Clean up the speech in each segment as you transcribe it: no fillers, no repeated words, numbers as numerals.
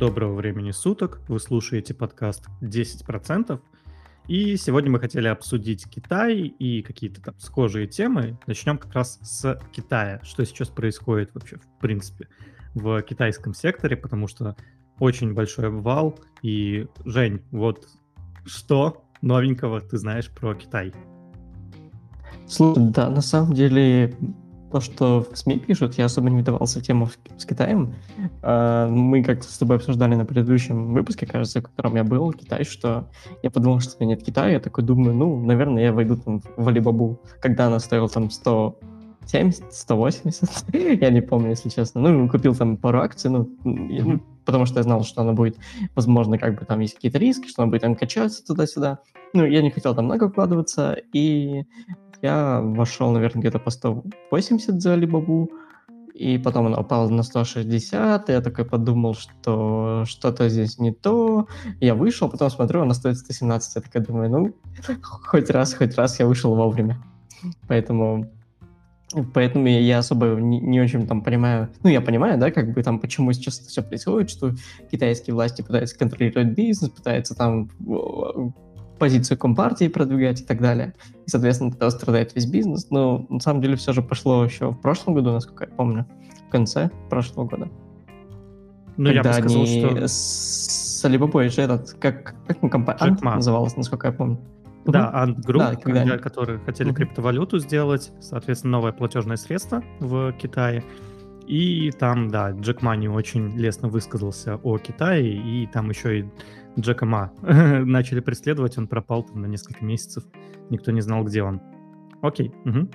доброго времени суток. Вы слушаете подкаст «10%». И сегодня мы хотели обсудить Китай и какие-то там схожие темы. Начнем как раз с Китая. Что сейчас происходит вообще, в принципе, в китайском секторе, потому что очень большой обвал. И, Жень, вот что новенького ты знаешь про Китай? Слушай, да, на самом деле, то, что в СМИ пишут, я особо не вдавался в тему с Китаем. Мы как-то с тобой обсуждали на предыдущем выпуске, кажется, в котором я был, Китай, что я подумал, что это нет Китая, я такой думаю, наверное, я войду там в Alibaba, когда она стоила там 170, 180, я не помню, если честно. Купил там пару акций, потому что я знал, что она будет, возможно, как бы там есть какие-то риски, что она будет там качаться туда-сюда. Я не хотел там много вкладываться, и я вошел, наверное, где-то по 180 за Alibaba, и потом она упала на 160, и я такой подумал, что что-то здесь не то. Я вышел, потом смотрю, она стоит 117. Я такой думаю, хоть раз я вышел вовремя. Поэтому я особо не очень там понимаю. Я понимаю, да, как бы там, почему сейчас это все происходит, что китайские власти пытаются контролировать бизнес, пытаются там позицию Компартии продвигать и так далее. И, соответственно, тогда страдает весь бизнес. Но на самом деле все же пошло еще в прошлом году, насколько я помню, в конце прошлого года. Я бы сказал, что... с Alibaba же этот, как компания Ant называлась, насколько я помню. Да, Ant Group, которые хотели криптовалюту сделать, соответственно, новое платежное средство в Китае. И там, да, Джек Ма не очень лестно высказался о Китае, и там еще и Джека Ма начали преследовать, он пропал там на несколько месяцев, никто не знал, где он. Окей.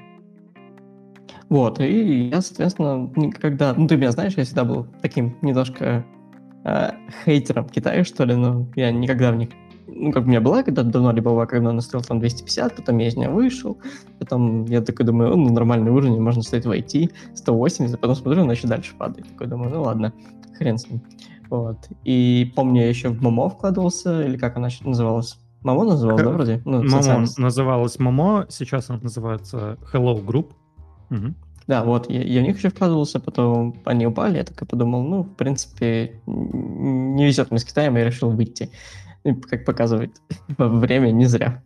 Вот, и я, соответственно, никогда... ты меня знаешь, я всегда был таким немножко хейтером Китая, что ли, но я никогда в них... как у меня была когда-то давно Alibaba, когда она стоила там 250, потом я из нее вышел, потом я такой думаю, нормальный уровень, можно стоять войти, 180, потом смотрю, она еще дальше падает. Такой думаю, ладно, хрен с ним. Вот. И помню, я еще в Момо вкладывался, или как она называлась? Момо называлась, да, вроде? Момо называлась Момо, сейчас она называется Hello Group. Да, вот, я в них еще вкладывался, потом они упали, я такой подумал, в принципе, не везет мне с Китаем, я решил выйти. Как показывает время, не зря.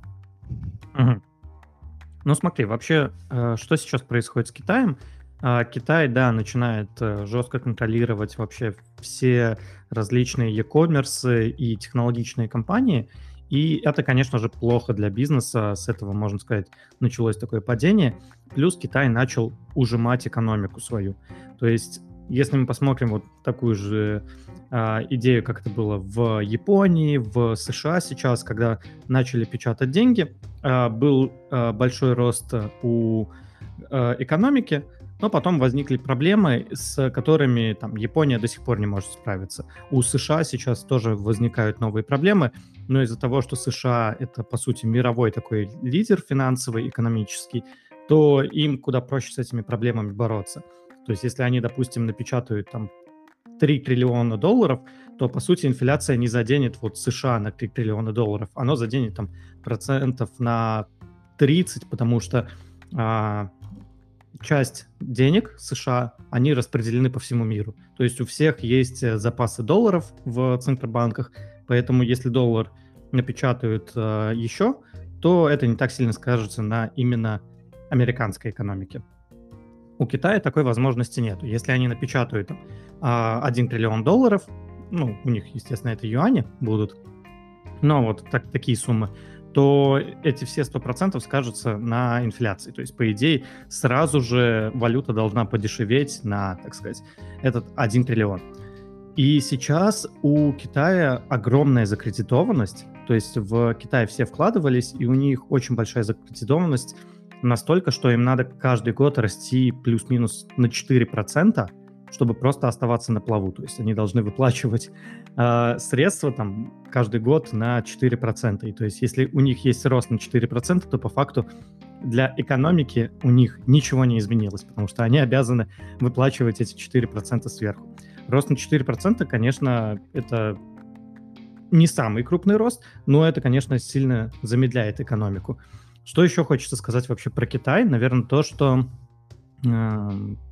Смотри, вообще, что сейчас происходит с Китаем? Китай, да, начинает жестко контролировать вообще все различные e-commerce и технологичные компании, и это, конечно же, плохо для бизнеса, с этого, можно сказать, началось такое падение, плюс Китай начал ужимать экономику свою. То есть, если мы посмотрим вот такую же идею, как это было в Японии, в США сейчас, когда начали печатать деньги, был большой рост у экономики, но потом возникли проблемы, с которыми там Япония до сих пор не может справиться. У США сейчас тоже возникают новые проблемы, но из-за того, что США — это, по сути, мировой такой лидер финансовый, экономический, то им куда проще с этими проблемами бороться. То есть если они, допустим, напечатают там 3 триллиона долларов, то, по сути, инфляция не заденет вот США на 3 триллиона долларов, оно заденет там процентов на 30, потому что часть денег США, они распределены по всему миру. То есть у всех есть запасы долларов в центробанках, поэтому если доллар напечатают еще, то это не так сильно скажется на именно американской экономике. У Китая такой возможности нет. Если они напечатают 1 триллион долларов, у них, естественно, это юани будут, но вот такие суммы, то эти все 100% скажутся на инфляции. То есть, по идее, сразу же валюта должна подешеветь на, так сказать, этот 1 триллион. И сейчас у Китая огромная закредитованность, то есть в Китай все вкладывались, и у них очень большая закредитованность, настолько, что им надо каждый год расти плюс-минус на 4%, чтобы просто оставаться на плаву. То есть они должны выплачивать средства там каждый год на 4%. И то есть если у них есть рост на 4%, то по факту для экономики у них ничего не изменилось, потому что они обязаны выплачивать эти 4% сверху. Рост на 4%, конечно, это не самый крупный рост, но это, конечно, сильно замедляет экономику. Что еще хочется сказать вообще про Китай? Наверное, то, что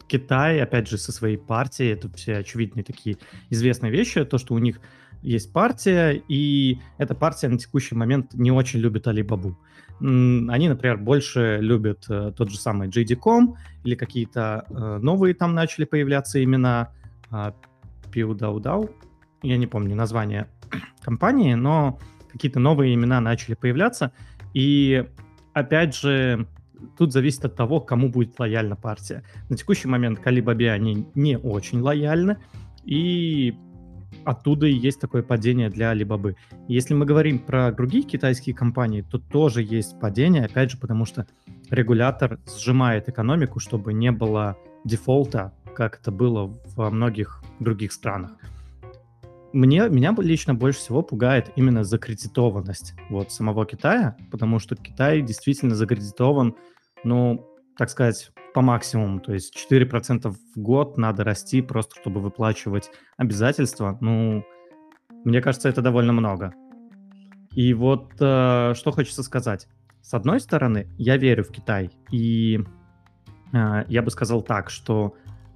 Китай, опять же, со своей партией, это все очевидные такие известные вещи, то, что у них есть партия, и эта партия на текущий момент не очень любит Алибабу. Они, например, больше любят тот же самый JD.com или какие-то новые там начали появляться имена, Пиудаудау, я не помню название компании, но какие-то новые имена начали появляться, и опять же, тут зависит от того, кому будет лояльна партия. На текущий момент к Алибабе они не очень лояльны, и оттуда и есть такое падение для Алибабы. Если мы говорим про другие китайские компании, то тоже есть падение, опять же, потому что регулятор сжимает экономику, чтобы не было дефолта, как это было во многих других странах. Меня лично больше всего пугает именно закредитованность вот самого Китая, потому что Китай действительно закредитован, ну, так сказать, по максимуму. То есть 4% в год надо расти просто, чтобы выплачивать обязательства. Ну, мне кажется, это довольно много. И вот что хочется сказать. С одной стороны, я верю в Китай, и я бы сказал так, что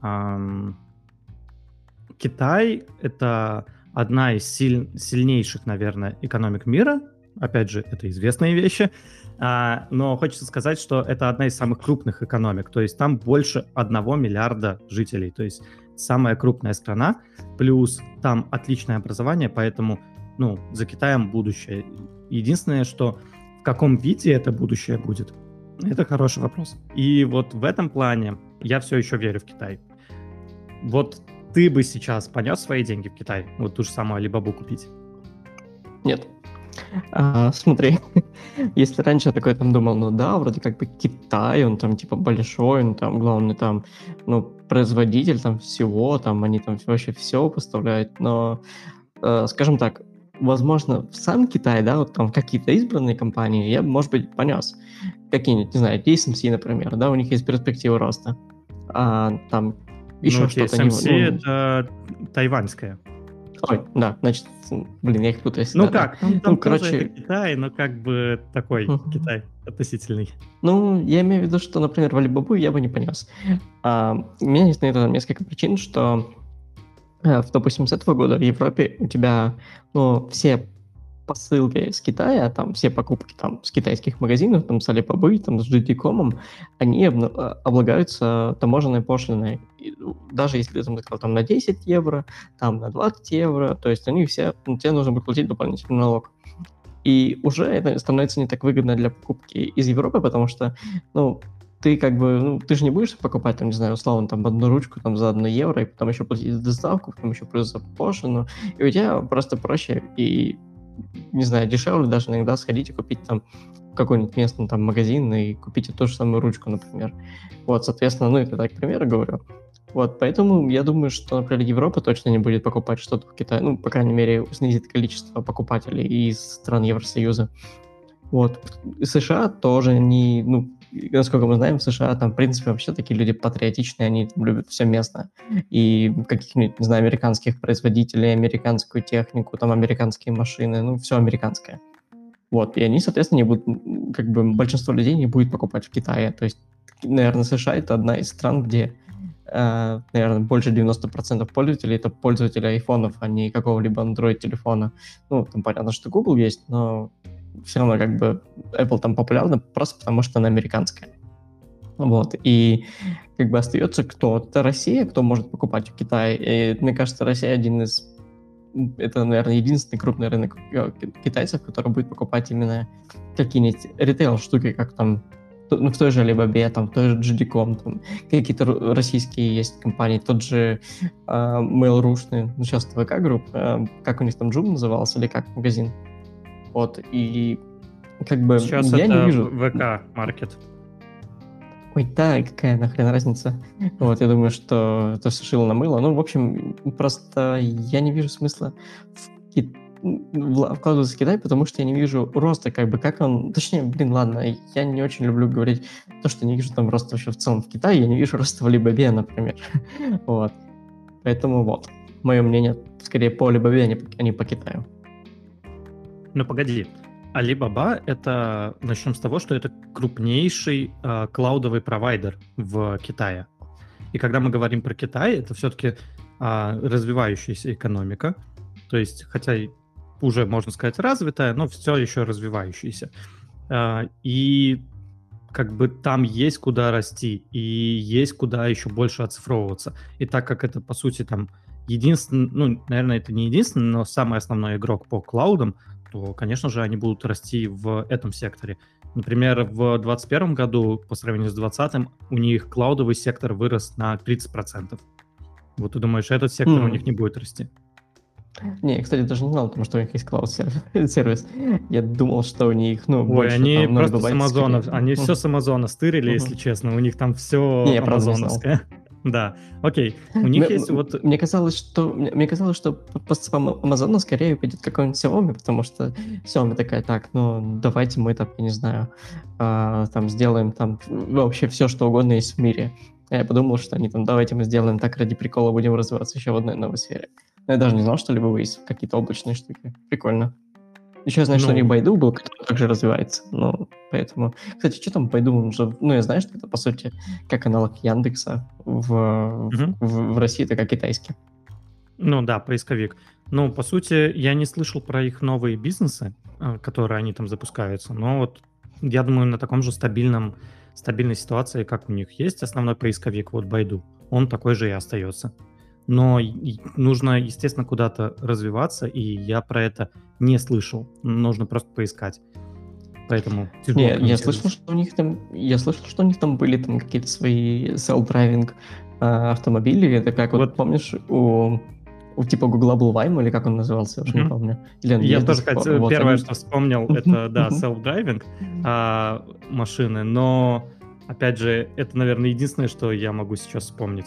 Китай — это одна из сильнейших, наверное, экономик мира. Опять же, это известные вещи. Но хочется сказать, что это одна из самых крупных экономик. То есть там больше 1 миллиарда жителей. То есть самая крупная страна. Плюс там отличное образование, поэтому, ну, за Китаем будущее. Единственное, что в каком виде это будущее будет, это хороший вопрос. И вот в этом плане я все еще верю в Китай. Вот ты бы сейчас понес свои деньги в Китай? Вот ту же самую Алибабу купить? Нет. Смотри, если раньше я такой там думал, ну да, вроде как бы Китай, он там типа большой, он там главный там, ну, производитель там всего, там они там вообще все поставляют, но, скажем так, возможно, в сам Китай, да, вот там какие-то избранные компании я бы, может быть, понес. Какие-нибудь, не знаю, TSMC, например, да, у них есть перспективы роста. Там еще что-то TSMC это тайваньская. Ой, да, значит, блин, я их путаю. Ну да, как, там тоже короче, это Китай, но как бы такой Китай относительный. Ну, я имею в виду, что, например, в Алибабу я бы не понес. У меня есть на это несколько причин, что, допустим, с этого года в Европе у тебя, ну, все посылки с Китая, там, все покупки там с китайских магазинов, там, с Алибабы, там, с JD.com, они облагаются таможенной пошлиной. И, даже если ты там заказал там на 10 евро, там, на 20 евро, то есть они все, тебе нужно будет платить дополнительный налог. И уже это становится не так выгодно для покупки из Европы, потому что, ну, ты как бы, ну, ты же не будешь покупать, там, не знаю, условно, там, одну ручку там за 1 евро, и потом еще платить за доставку, потом еще плюс за пошлину, и у тебя просто проще и, не знаю, дешевле даже иногда сходить и купить там в какой-нибудь местный там магазин и купить ту же самую ручку, например. Вот, соответственно, ну, это так, к примеру, говорю. Вот, поэтому я думаю, что, например, Европа точно не будет покупать что-то в Китае, ну, по крайней мере, снизит количество покупателей из стран Евросоюза. Вот, США тоже не, ну, насколько мы знаем, в США там, в принципе, вообще такие люди патриотичные, они там любят все местное. И каких-нибудь, не знаю, американских производителей, американскую технику, там, американские машины, ну, все американское. Вот, и они, соответственно, не будут, как бы, большинство людей не будет покупать в Китае. То есть, наверное, США — это одна из стран, где наверное, больше 90% пользователей — это пользователи айфонов, а не какого-либо Android-телефона. Ну, там понятно, что Google есть, но все равно как бы Apple там популярна просто потому, что она американская. Вот, и как бы остается кто? Это Россия, кто может покупать в Китае. И мне кажется, Россия один из... Это, наверное, единственный крупный рынок китайцев, который будет покупать именно какие-нибудь ритейл-штуки, как там в той же Алибабе, там, в той же JD.com, там, какие-то российские есть компании, тот же Mail.ru, ну, сейчас ВК Group, как у них там Joom назывался, или как магазин. Вот, и как бы сейчас я это не вижу... ВК Маркет. Ой, да, какая нахрен разница. Вот, я думаю, что это все шило на мыло. Ну, в общем, просто я не вижу смысла вкладываться в Китай, потому что я не вижу роста, как бы, как он... Точнее, блин, ладно, я не очень люблю говорить то, что не вижу там роста вообще в целом в Китае, я не вижу роста в Алибабе, например. Вот. Поэтому вот, мое мнение, скорее по Алибабе, а не по Китаю. Ну, погоди. Alibaba — это, начнем с того, что это крупнейший клаудовый провайдер в Китае. И когда мы говорим про Китай, это все-таки развивающаяся экономика, то есть, хотя и уже, можно сказать, развитая, но все еще развивающаяся. И как бы там есть куда расти, и есть куда еще больше оцифровываться. И так как это, по сути, там единственный, ну, наверное, это не единственный, но самый основной игрок по клаудам, то, конечно же, они будут расти в этом секторе. Например, в 2021 году по сравнению с 2020 у них клаудовый сектор вырос на 30%. Вот ты думаешь, этот сектор у них не будет расти? Не, я, кстати, даже не знал, потому что у них есть клауд-сервис. Я думал, что у них, ну, Ой, больше они там просто с бывает Амазона, скорее. они все с Амазона стырили, если честно, у них там Не, все я правда не знал. амазоновское. Да, окей, у них есть вот... Мне казалось, что по Амазону скорее пойдет какой-нибудь Xiaomi, потому что Xiaomi такая, так, ну, давайте мы там, я не знаю, там сделаем там вообще все, что угодно есть в мире. Я подумал, что они там, давайте мы сделаем так ради прикола, будем развиваться еще в одной новой сфере. Но я даже не знал, что либо есть какие-то облачные штуки. Прикольно. Еще я знаю, что у них Ну, Baidu был, который также развивается. Ну, поэтому... Кстати, что там Baidu? Он же... Ну, я знаю, что это, по сути, как аналог Яндекса в России, это как китайский. ну да, поисковик. Ну, по сути, я не слышал про их новые бизнесы, которые они там запускаются, но вот я думаю, на таком же стабильной ситуации, как у них есть основной поисковик, вот Baidu, он такой же и остается. Но нужно, естественно, куда-то развиваться, и я про это не слышал. Нужно просто поискать. Поэтому тяжело Не, я слышал, комментировать. что у них там были там какие-то свои self-driving автомобили. Это как вот помнишь, у типа Гугла был Вайм, или как он назывался, я уже не помню. Или он Я есть до тоже сих пор. Вот первое, они... что вспомнил, это, да, self-driving машины, но, опять же, это, наверное, единственное, что я могу сейчас вспомнить.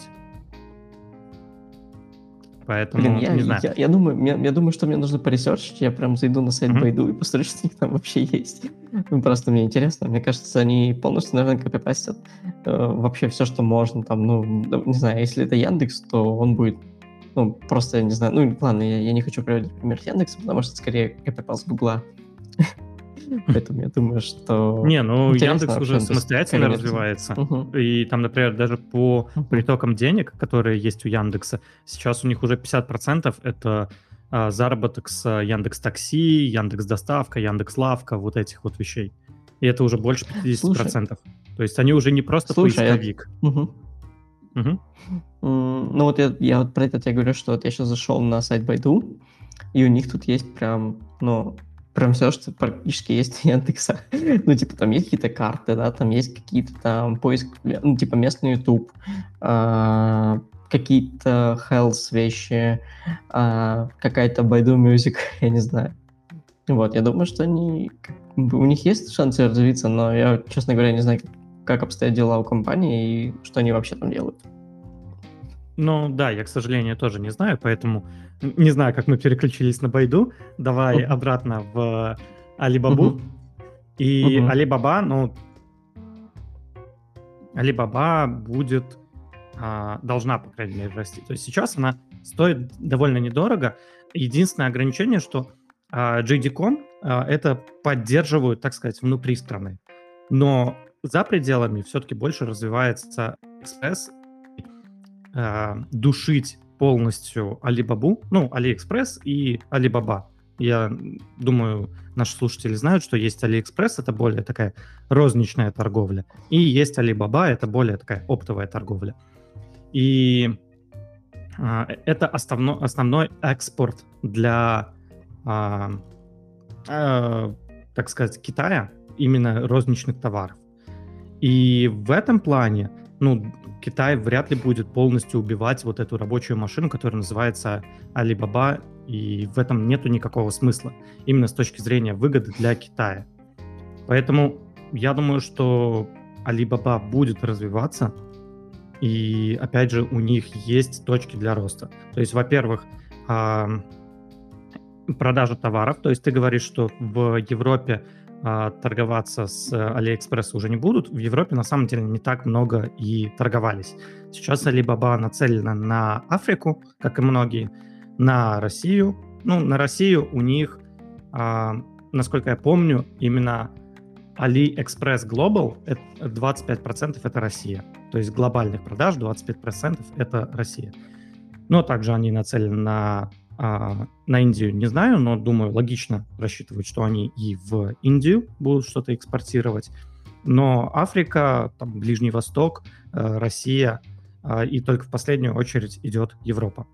Поэтому, Блин, не знаю. я думаю, что мне нужно поресерчить. Я прям зайду на сайт Baidu и посмотрю, что у них там вообще есть. Ну, просто мне интересно. Мне кажется, они полностью, наверное, копипастят вообще все, что можно. Там, ну, не знаю, если это Яндекс, то он будет, ну, просто, я не знаю. Ну, ладно, я не хочу приводить пример Яндекса, потому что скорее копипаст Гугла. Поэтому я думаю, что... Не, ну интересно Яндекс вообще, уже ну, то есть самостоятельно какая версия. развивается. И там, например, даже по притокам денег, которые есть у Яндекса, сейчас у них уже 50% это заработок с Яндекс.Такси, Яндекс.Доставка, Яндекс.Лавка, вот этих вот вещей. И это уже больше 50%. То есть они уже не просто поисковик. Ну вот я вот про это тебе говорю, что вот я сейчас зашел на сайт Baidu, и у них тут есть прям, ну, прям все, что практически есть в Яндекса. Ну, типа, там есть какие-то карты, да, там есть какие-то там поиск, ну, типа, местный YouTube, какие-то health вещи, какая-то Baidu Music, я не знаю. Вот, я думаю, что у них есть шансы развиться, но я, честно говоря, не знаю, как обстоят дела у компании и что они вообще там делают. Ну да, я, к сожалению, тоже не знаю, поэтому не знаю, как мы переключились на Байду. Давай обратно в Алибабу. И Алибаба, ну, Алибаба будет, должна, по крайней мере, расти. То есть сейчас она стоит довольно недорого. Единственное ограничение, что JD.com это поддерживают, так сказать, внутри страны. Но за пределами все-таки больше развивается Express, душить полностью Алибабу, ну, Алиэкспресс и Алибаба. Я думаю, наши слушатели знают, что есть Алиэкспресс, это более такая розничная торговля, и есть Алибаба, это более такая оптовая торговля. И это основной экспорт для, так сказать, Китая, именно розничных товаров. И в этом плане, ну, Китай вряд ли будет полностью убивать вот эту рабочую машину, которая называется Alibaba, и в этом нету никакого смысла, именно с точки зрения выгоды для Китая. Поэтому я думаю, что Alibaba будет развиваться, и, опять же, у них есть точки для роста. То есть, во-первых, продажа товаров, то есть ты говоришь, что в Европе торговаться с AliExpress уже не будут. В Европе на самом деле не так много и торговались. Сейчас Alibaba нацелена на Африку, как и многие, на Россию. Ну, на Россию у них, насколько я помню, именно AliExpress Global 25% это Россия. То то есть глобальных продаж 25% это Россия. Но также они нацелены на Индию, не знаю, но думаю, логично рассчитывать, что они и в Индию будут что-то экспортировать. Но Африка, там, Ближний Восток, Россия и только в последнюю очередь идет Европа.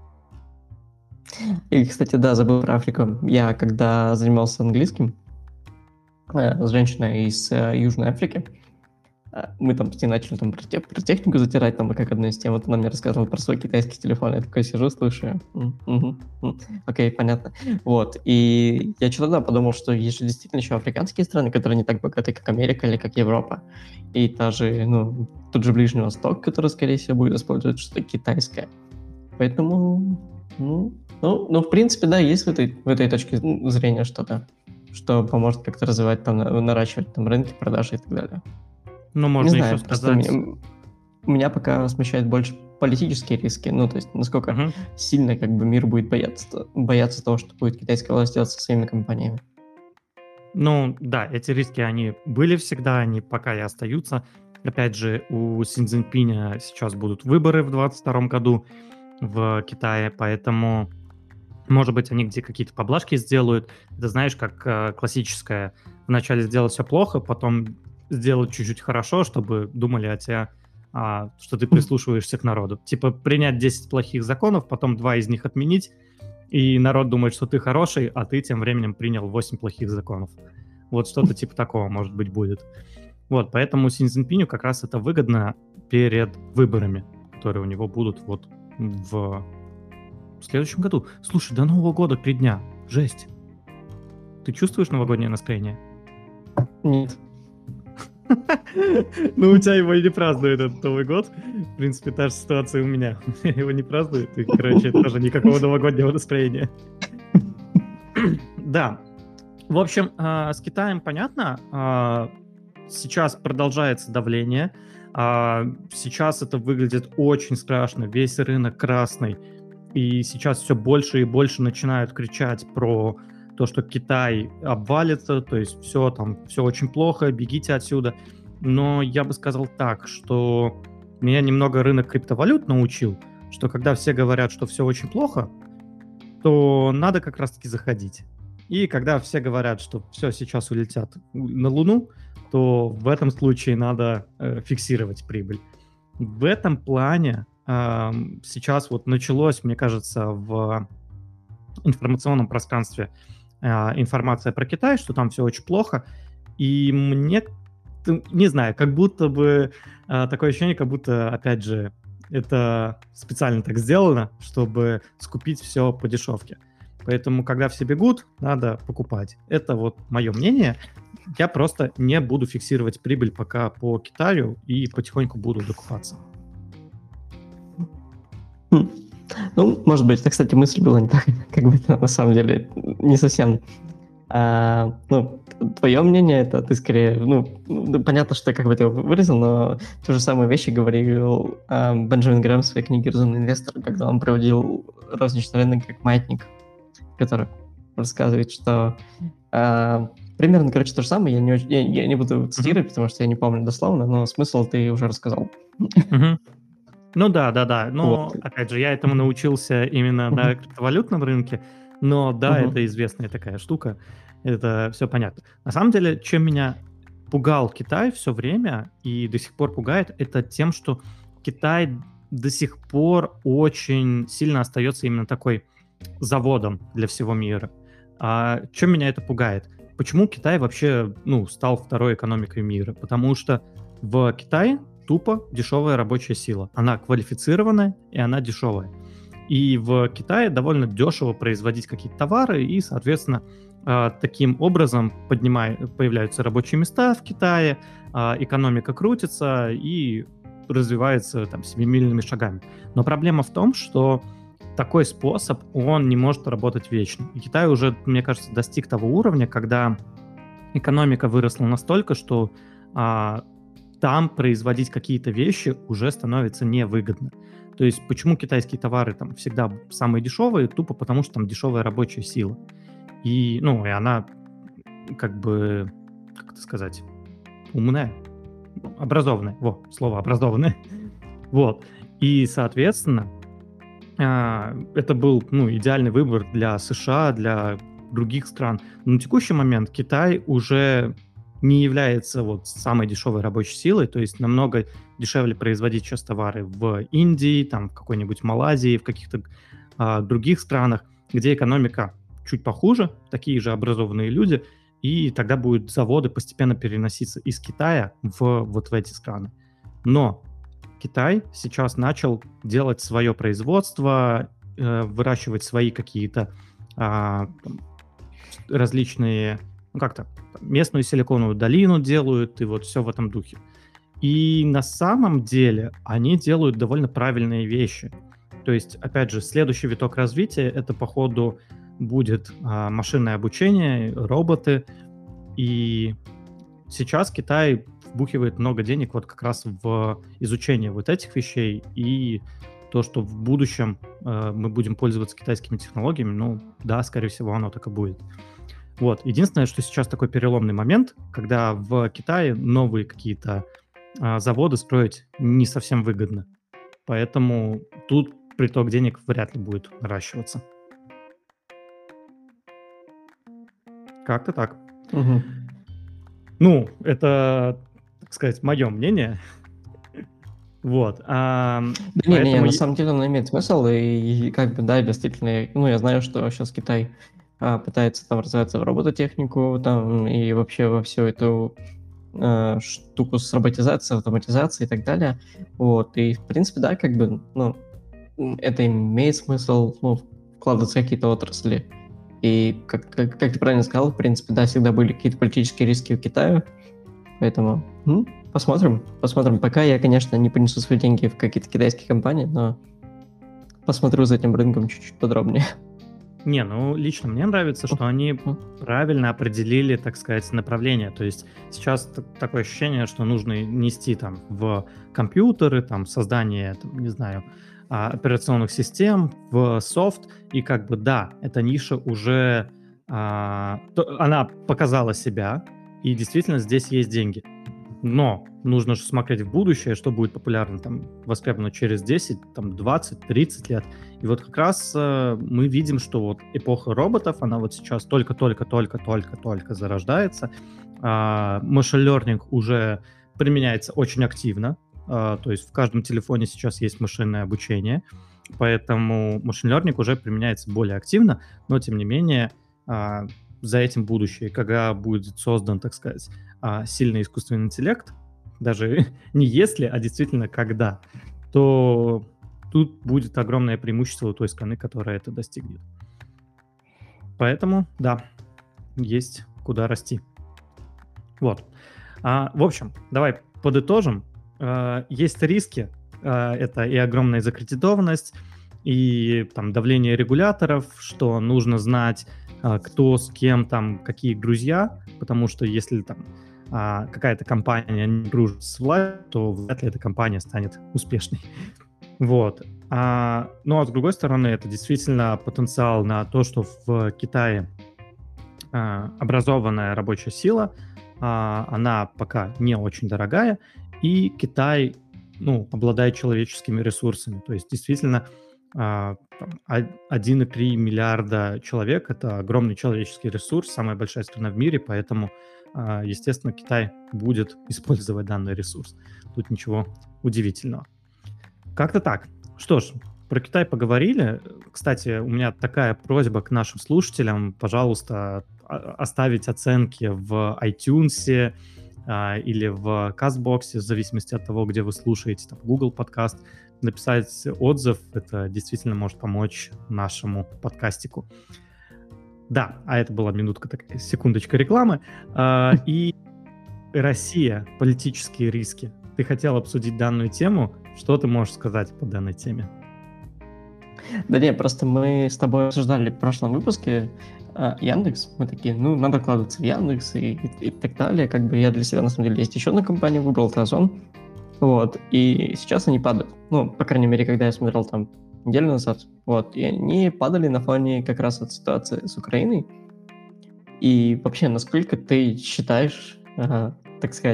И, кстати, да, забыл про Африку. Я когда занимался английским с женщиной из Южной Африки, мы там с ней начали там про технику затирать, там как одну из тем. Вот она мне рассказывала про свой китайский телефон. Я такой сижу, слушаю. Окей, понятно. Вот. И я что-то подумал, что есть же действительно еще африканские страны, которые не так богаты, как Америка или как Европа. И даже, тот же Ближний Восток, который, скорее всего, будет использовать что-то китайское. Поэтому, в принципе, да, есть в этой точке зрения что-то, что поможет как-то развивать, там, наращивать там рынки, продажи и так далее. Ну, можно еще сказать... Меня пока смущает больше политические риски, то есть насколько сильно как бы мир будет бояться того, что будет китайская власть делать со своими компаниями. Ну, да, эти риски, они были всегда, они пока и остаются. Опять же, у Си Цзиньпиня сейчас будут выборы в 2022 году в Китае, поэтому, может быть, они где какие-то поблажки сделают. Это, знаешь, как классическое. Вначале сделать все плохо, потом сделать чуть-чуть хорошо, чтобы думали о тебе, что ты прислушиваешься к народу. Типа принять 10 плохих законов, потом 2 из них отменить, и народ думает, что ты хороший, а ты тем временем принял 8 плохих законов. Вот что-то типа такого, может быть, будет. Вот, поэтому Си Цзиньпиню как раз это выгодно перед выборами, которые у него будут вот в следующем году. Слушай, до Нового года 3 дня. Жесть. Ты чувствуешь новогоднее настроение? Нет. Ну, у тебя его и не празднуют этот Новый год. В принципе, та же ситуация у меня. Его не празднуют, и, короче, тоже никакого новогоднего настроения. Да. В общем, с Китаем понятно. Сейчас продолжается давление. Сейчас это выглядит очень страшно. Весь рынок красный. И сейчас все больше и больше начинают кричать про то, что Китай обвалится, то есть все очень плохо, бегите отсюда. Но я бы сказал так, что меня немного рынок криптовалют научил, что когда все говорят, что все очень плохо, то надо как раз-таки заходить. И когда все говорят, что все, сейчас улетят на Луну, то в этом случае надо фиксировать прибыль. В этом плане сейчас вот началось, мне кажется, в информационном пространстве информация про Китай, что там все очень плохо, и мне, не знаю, как будто бы такое ощущение, как будто, опять же, это специально так сделано, чтобы скупить все по дешевке. Поэтому, когда все бегут, надо покупать. Это вот мое мнение. Я просто не буду фиксировать прибыль пока по Китаю и потихоньку буду докупаться. Может быть, это, кстати, мысль была не так, как бы это на самом деле не совсем. Твое мнение, это ты скорее, понятно, что как бы ты его выразил, но те же самые вещи говорил Бенджамин Грэм в своей книге «Разумный инвестор», когда он проводил розничный рынок как маятник, который рассказывает, что примерно, то же самое, я не буду цитировать, потому что я не помню дословно, но смысл ты уже рассказал. Ну да. Но, опять же, я этому научился именно на криптовалютном рынке. Но да, это известная такая штука. Это все понятно. На самом деле, чем меня пугал Китай все время и до сих пор пугает, это тем, что Китай до сих пор очень сильно остается именно такой заводом для всего мира. Чем меня это пугает? Почему Китай вообще стал второй экономикой мира? Потому что в Китае тупо дешевая рабочая сила. Она квалифицированная и она дешевая. И в Китае довольно дешево производить какие-то товары, и, соответственно, таким образом появляются рабочие места в Китае, экономика крутится и развивается семимильными шагами. Но проблема в том, что такой способ, он не может работать вечно. И Китай уже, мне кажется, достиг того уровня, когда экономика выросла настолько, что там производить какие-то вещи уже становится невыгодно. То есть почему китайские товары там всегда самые дешевые? Тупо потому, что там дешевая рабочая сила. И она как бы, как это сказать, умная. образованные, слово образованные. Вот. И, соответственно, это был идеальный выбор для США, для других стран. Но на текущий момент Китай уже не является самой дешевой рабочей силой, то есть намного дешевле производить сейчас товары в Индии, там, в какой-нибудь Малайзии, в каких-то других странах, где экономика чуть похуже, такие же образованные люди, и тогда будут заводы постепенно переноситься из Китая в эти страны. Но Китай сейчас начал делать свое производство, выращивать свои какие-то различные, местную силиконовую долину делают, и все в этом духе. И на самом деле они делают довольно правильные вещи. То есть, опять же, следующий виток развития — это, по ходу, будет машинное обучение, роботы. И сейчас Китай вбухивает много денег как раз в изучение этих вещей, и то, что в будущем мы будем пользоваться китайскими технологиями, да, скорее всего, оно так и будет. Единственное, что сейчас такой переломный момент, когда в Китае новые какие-то заводы строить не совсем выгодно. Поэтому тут приток денег вряд ли будет наращиваться. Как-то так. Угу. Это, так сказать, мое мнение. Да не, на самом деле оно имеет смысл, и да, действительно, я знаю, что сейчас Китай пытается там развиваться в робототехнику, там, и вообще во всю эту штуку с роботизацией, автоматизацией и так далее. И, в принципе, да, это имеет смысл, вкладываться в какие-то отрасли. И, как ты правильно сказал, в принципе, да, всегда были какие-то политические риски у Китая, поэтому посмотрим. Пока я, конечно, не принесу свои деньги в какие-то китайские компании, но посмотрю за этим рынком чуть-чуть подробнее. Лично мне нравится, что они правильно определили, так сказать, направление. То есть сейчас такое ощущение, что нужно нести там в компьютеры, там создание, не знаю, операционных систем, в софт, и да, эта ниша уже, она показала себя, и действительно здесь есть деньги. Но нужно же смотреть в будущее, что будет популярно, востребовано через 10, 20, 30 лет. И как раз мы видим, что эпоха роботов, она сейчас только-только зарождается. Machine learning уже применяется очень активно. То есть в каждом телефоне сейчас есть машинное обучение, поэтому machine learning уже применяется более активно, но тем не менее за этим будущее, когда будет создан, так сказать, сильный искусственный интеллект, даже не если, а действительно когда, то тут будет огромное преимущество у той страны, которая это достигнет. Поэтому, да, есть куда расти. В общем, давай подытожим. Есть риски. Это и огромная закредитованность, и давление регуляторов, что нужно знать, кто с кем какие друзья, потому что если какая-то компания не дружит с властью, то вряд ли эта компания станет успешной. Но с другой стороны, это действительно потенциал на то, что в Китае образованная рабочая сила, она пока не очень дорогая, и Китай, обладает человеческими ресурсами. То есть действительно 1,3 миллиарда человек — это огромный человеческий ресурс, самая большая страна в мире, поэтому, естественно, Китай будет использовать данный ресурс. Тут ничего удивительного. Как-то так. Что ж, про Китай поговорили. Кстати, у меня такая просьба к нашим слушателям. Пожалуйста, оставить оценки в iTunes или в CastBox, в зависимости от того, где вы слушаете, Google подкаст, написать отзыв. Это действительно может помочь нашему подкастику. Да, это была минутка, такая секундочка рекламы. И Россия, политические риски. Ты хотел обсудить данную тему. Что ты можешь сказать по данной теме? Да нет, просто мы с тобой обсуждали в прошлом выпуске Яндекс. Мы такие, надо вкладываться в Яндекс и так далее. Я для себя, на самом деле, есть еще одну компанию, выбрал Тразон. И сейчас они падают. По крайней мере, когда я смотрел неделю назад. И они падали на фоне как раз от ситуации с Украиной. И вообще, насколько ты считаешь, так сказать,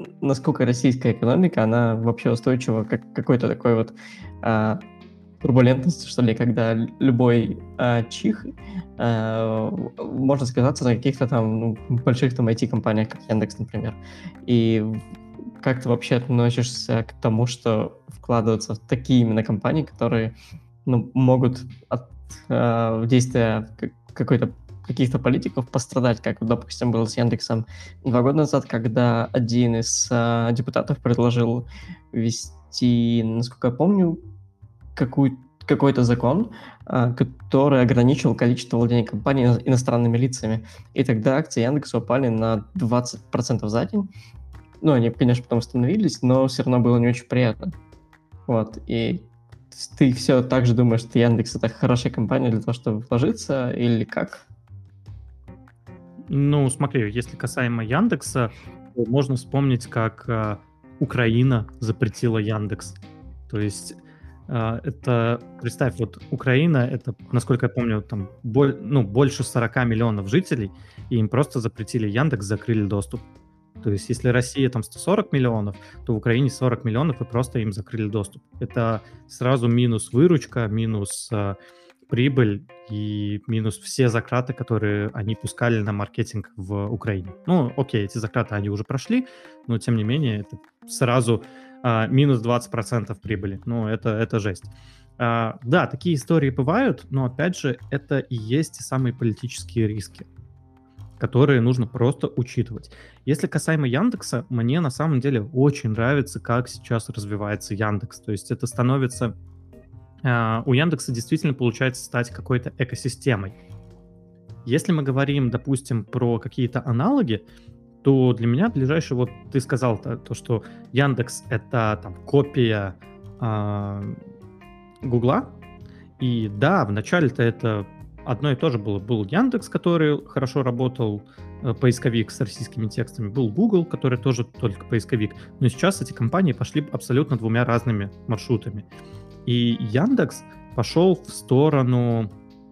насколько российская экономика, она вообще устойчива к какой-то такой вот турбулентности, что ли, когда любой чих может сказаться на каких-то там больших там IT-компаниях, как Яндекс, например. И как ты вообще относишься к тому, что вкладываться в такие именно компании, которые могут от действия каких-то политиков пострадать, как, допустим, было с Яндексом 2 года назад, когда один из депутатов предложил ввести, насколько я помню, какой-то закон, который ограничивал количество владений компанией иностранными лицами. И тогда акции Яндекса упали на 20% за день. Ну, они, конечно, потом остановились, но все равно было не очень приятно. Вот, и ты все так же думаешь, что Яндекс — это хорошая компания для того, чтобы вложиться, или как? Ну, смотри, если касаемо Яндекса, то можно вспомнить, как Украина запретила Яндекс. То есть это, представь, вот Украина, это, насколько я помню, там больше 40 миллионов жителей, и им просто запретили Яндекс, закрыли доступ. То есть если Россия там 140 миллионов, то в Украине 40 миллионов, и просто им закрыли доступ. Это сразу минус выручка, минус прибыль и минус все затраты, которые они пускали на маркетинг в Украине. Ну, окей, эти затраты они уже прошли, но тем не менее это сразу минус 20% прибыли. Ну, это жесть. Да, такие истории бывают, но опять же, это и есть те самые политические риски, которые нужно просто учитывать. Если касаемо Яндекса, мне на самом деле очень нравится, как сейчас развивается Яндекс. То есть это становится... У Яндекса действительно получается стать какой-то экосистемой. Если мы говорим, допустим, про какие-то аналоги, то для меня ближайший, вот ты сказал то, что Яндекс — это там копия Гугла. И да, вначале-то это одно и то же было. Был Яндекс, который хорошо работал, поисковик с российскими текстами. Был Google, который тоже только поисковик. Но сейчас эти компании пошли абсолютно двумя разными маршрутами. И Яндекс пошел в сторону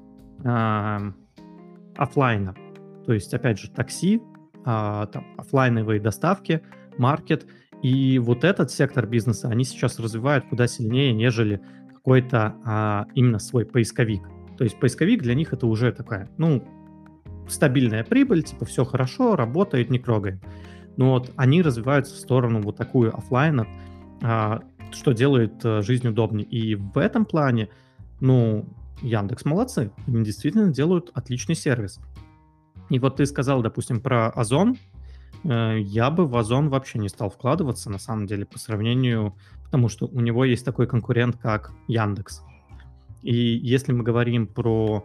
офлайна. То есть, опять же, такси, там, офлайновые доставки, маркет. И вот этот сектор бизнеса они сейчас развивают куда сильнее, нежели какой-то именно свой поисковик. То есть поисковик для них это уже такая, стабильная прибыль, типа все хорошо, работает, не трогаем. Но вот они развиваются в сторону вот такую офлайна, что делает жизнь удобнее. И в этом плане, Яндекс молодцы. Они действительно делают отличный сервис. И вот ты сказал, допустим, про Озон. Я бы в Озон вообще не стал вкладываться, на самом деле, по сравнению, потому что у него есть такой конкурент, как Яндекс. И если мы говорим про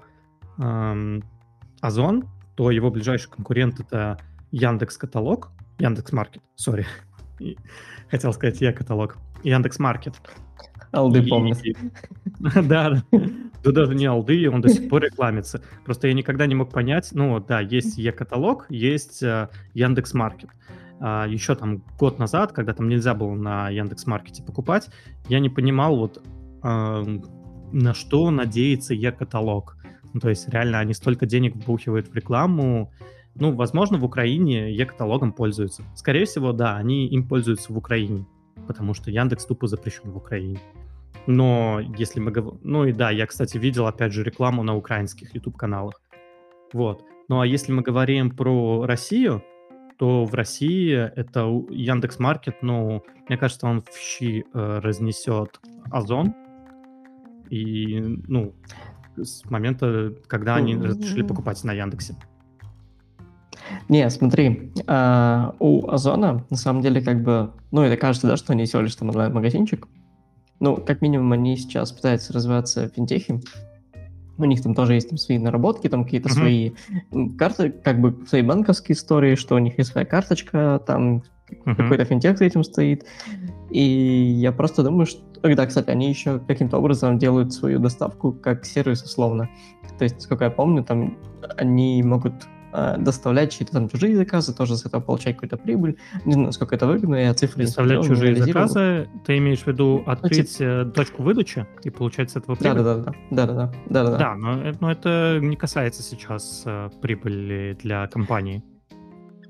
Озон, то его ближайший конкурент — это Яндекс.Каталог, Яндекс.Маркет, сори. Хотел сказать Я-каталог. Яндекс.Маркет. Алды помнят. Да, даже не алды, он до сих пор рекламится. Просто я никогда не мог понять, есть Е-каталог, есть Яндекс.Маркет. Еще там год назад, когда там нельзя было на Яндекс.Маркете покупать, я не понимал, на что надеется Е-каталог. То есть реально они столько денег вбухивают в рекламу. Возможно, в Украине Е-каталогом пользуются. Скорее всего, да, они им пользуются в Украине, потому что Яндекс тупо запрещен в Украине. Но если мы говорим... я, кстати, видел, опять же, рекламу на украинских YouTube-каналах. Вот. Ну, а если мы говорим про Россию, то в России это Яндекс.Маркет, мне кажется, он в щи разнесет Озон. И, с момента, когда они решили покупать на Яндексе. Не, смотри, у Озона, на самом деле, это кажется, да, что они всего лишь там онлайн-магазинчик. Как минимум, они сейчас пытаются развиваться в финтехе. У них там тоже есть свои наработки, там какие-то свои карты, свои банковские истории, что у них есть своя карточка, там какой-то финтех за этим стоит. И я просто думаю, что... Да, кстати, они еще каким-то образом делают свою доставку как сервис условно. То есть, сколько я помню, там они могут доставлять чьи-то там чужие заказы, тоже с этого получать какую-то прибыль. Не знаю, насколько это выгодно, я цифры не смотрел, доставлять чужие заказы, ты имеешь в виду открыть точку выдачи и получать с этого прибыль? Да. Да, но это не касается сейчас прибыли для компании.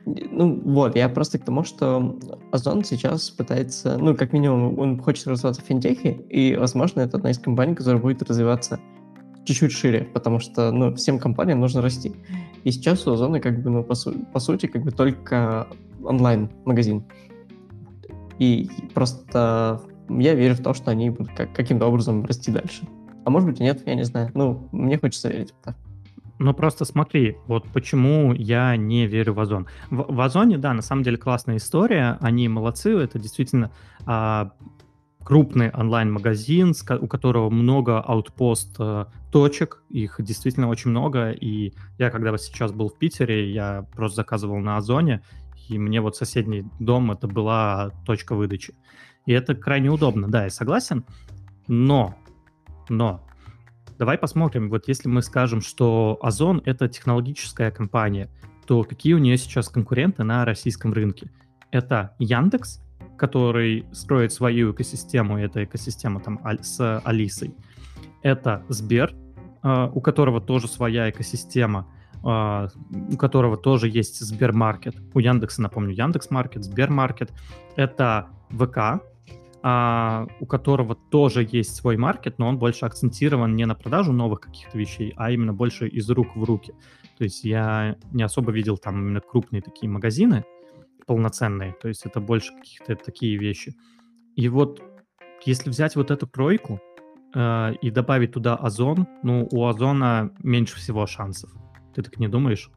Ну, вот, я просто к тому, что Озон сейчас пытается, ну, как минимум, он хочет развиваться в финтехе, и, возможно, это одна из компаний, которая будет развиваться чуть-чуть шире, потому что, ну, всем компаниям нужно расти. И сейчас у Озона, как бы, ну, по сути, как бы только онлайн-магазин. И просто я верю в то, что они будут каким-то образом расти дальше. А может быть и нет, я не знаю. Ну, мне хочется верить в это. Ну, просто смотри, вот почему я не верю в Озон. В Озоне, да, на самом деле классная история, они молодцы, это действительно крупный онлайн-магазин, у которого много аутпост точек, их действительно очень много, и я когда вот сейчас был в Питере, я просто заказывал на Озоне, и мне вот соседний дом, это была точка выдачи. И это крайне удобно, да, я согласен, но давай посмотрим, вот если мы скажем, что Озон — это технологическая компания, то какие у нее сейчас конкуренты на российском рынке? Это Яндекс, который строит свою экосистему, и эта экосистема там с Алисой. Это Сбер, у которого тоже своя экосистема, у которого тоже есть Сбермаркет. У Яндекса, напомню, Яндекс.Маркет, Сбермаркет. Это ВК, у которого тоже есть свой маркет, но он больше акцентирован не на продажу новых каких-то вещей, а именно больше из рук в руки. То есть я не особо видел там именно крупные такие магазины, полноценные, то есть это больше каких-то такие вещи. И вот если взять вот эту тройку и добавить туда Озон, ну, у Озона меньше всего шансов. Ты так не думаешь?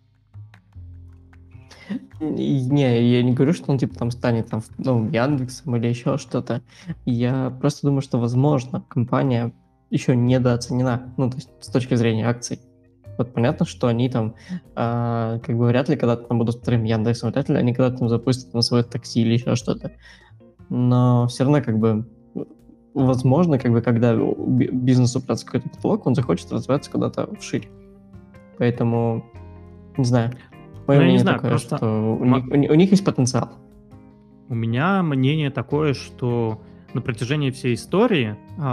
Не, я не говорю, что он типа там станет там, ну, Яндексом или еще что-то. Я просто думаю, что, возможно, компания еще недооценена, ну, то есть с точки зрения акций. Вот понятно, что они там, как бы вряд ли когда-то там будут вторым Яндексом, вряд ли они когда-то там запустят на свое такси или еще что-то. Но все равно как бы возможно, как бы когда бизнес упрется в какой-то потолок, он захочет развиваться куда-то вширь. Поэтому, не знаю. Мое Ну, я не мнение знаю, такое, просто что у них есть потенциал. у меня мнение такое, что на протяжении всей истории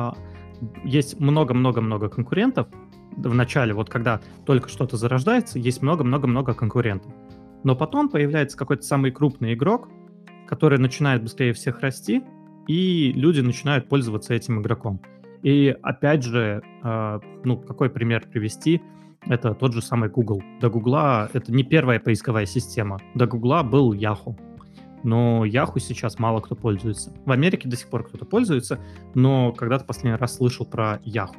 есть много-много-много конкурентов. В начале, вот когда только что-то зарождается, есть много-много-много конкурентов. Но потом появляется какой-то самый крупный игрок, который начинает быстрее всех расти, и люди начинают пользоваться этим игроком. И опять же, ну, какой пример привести? Это тот же самый Google. До Гугла это не первая поисковая система. До Гугла был Yahoo. Но Yahoo сейчас мало кто пользуется. В Америке до сих пор кто-то пользуется, но когда-то последний раз слышал про Yahoo.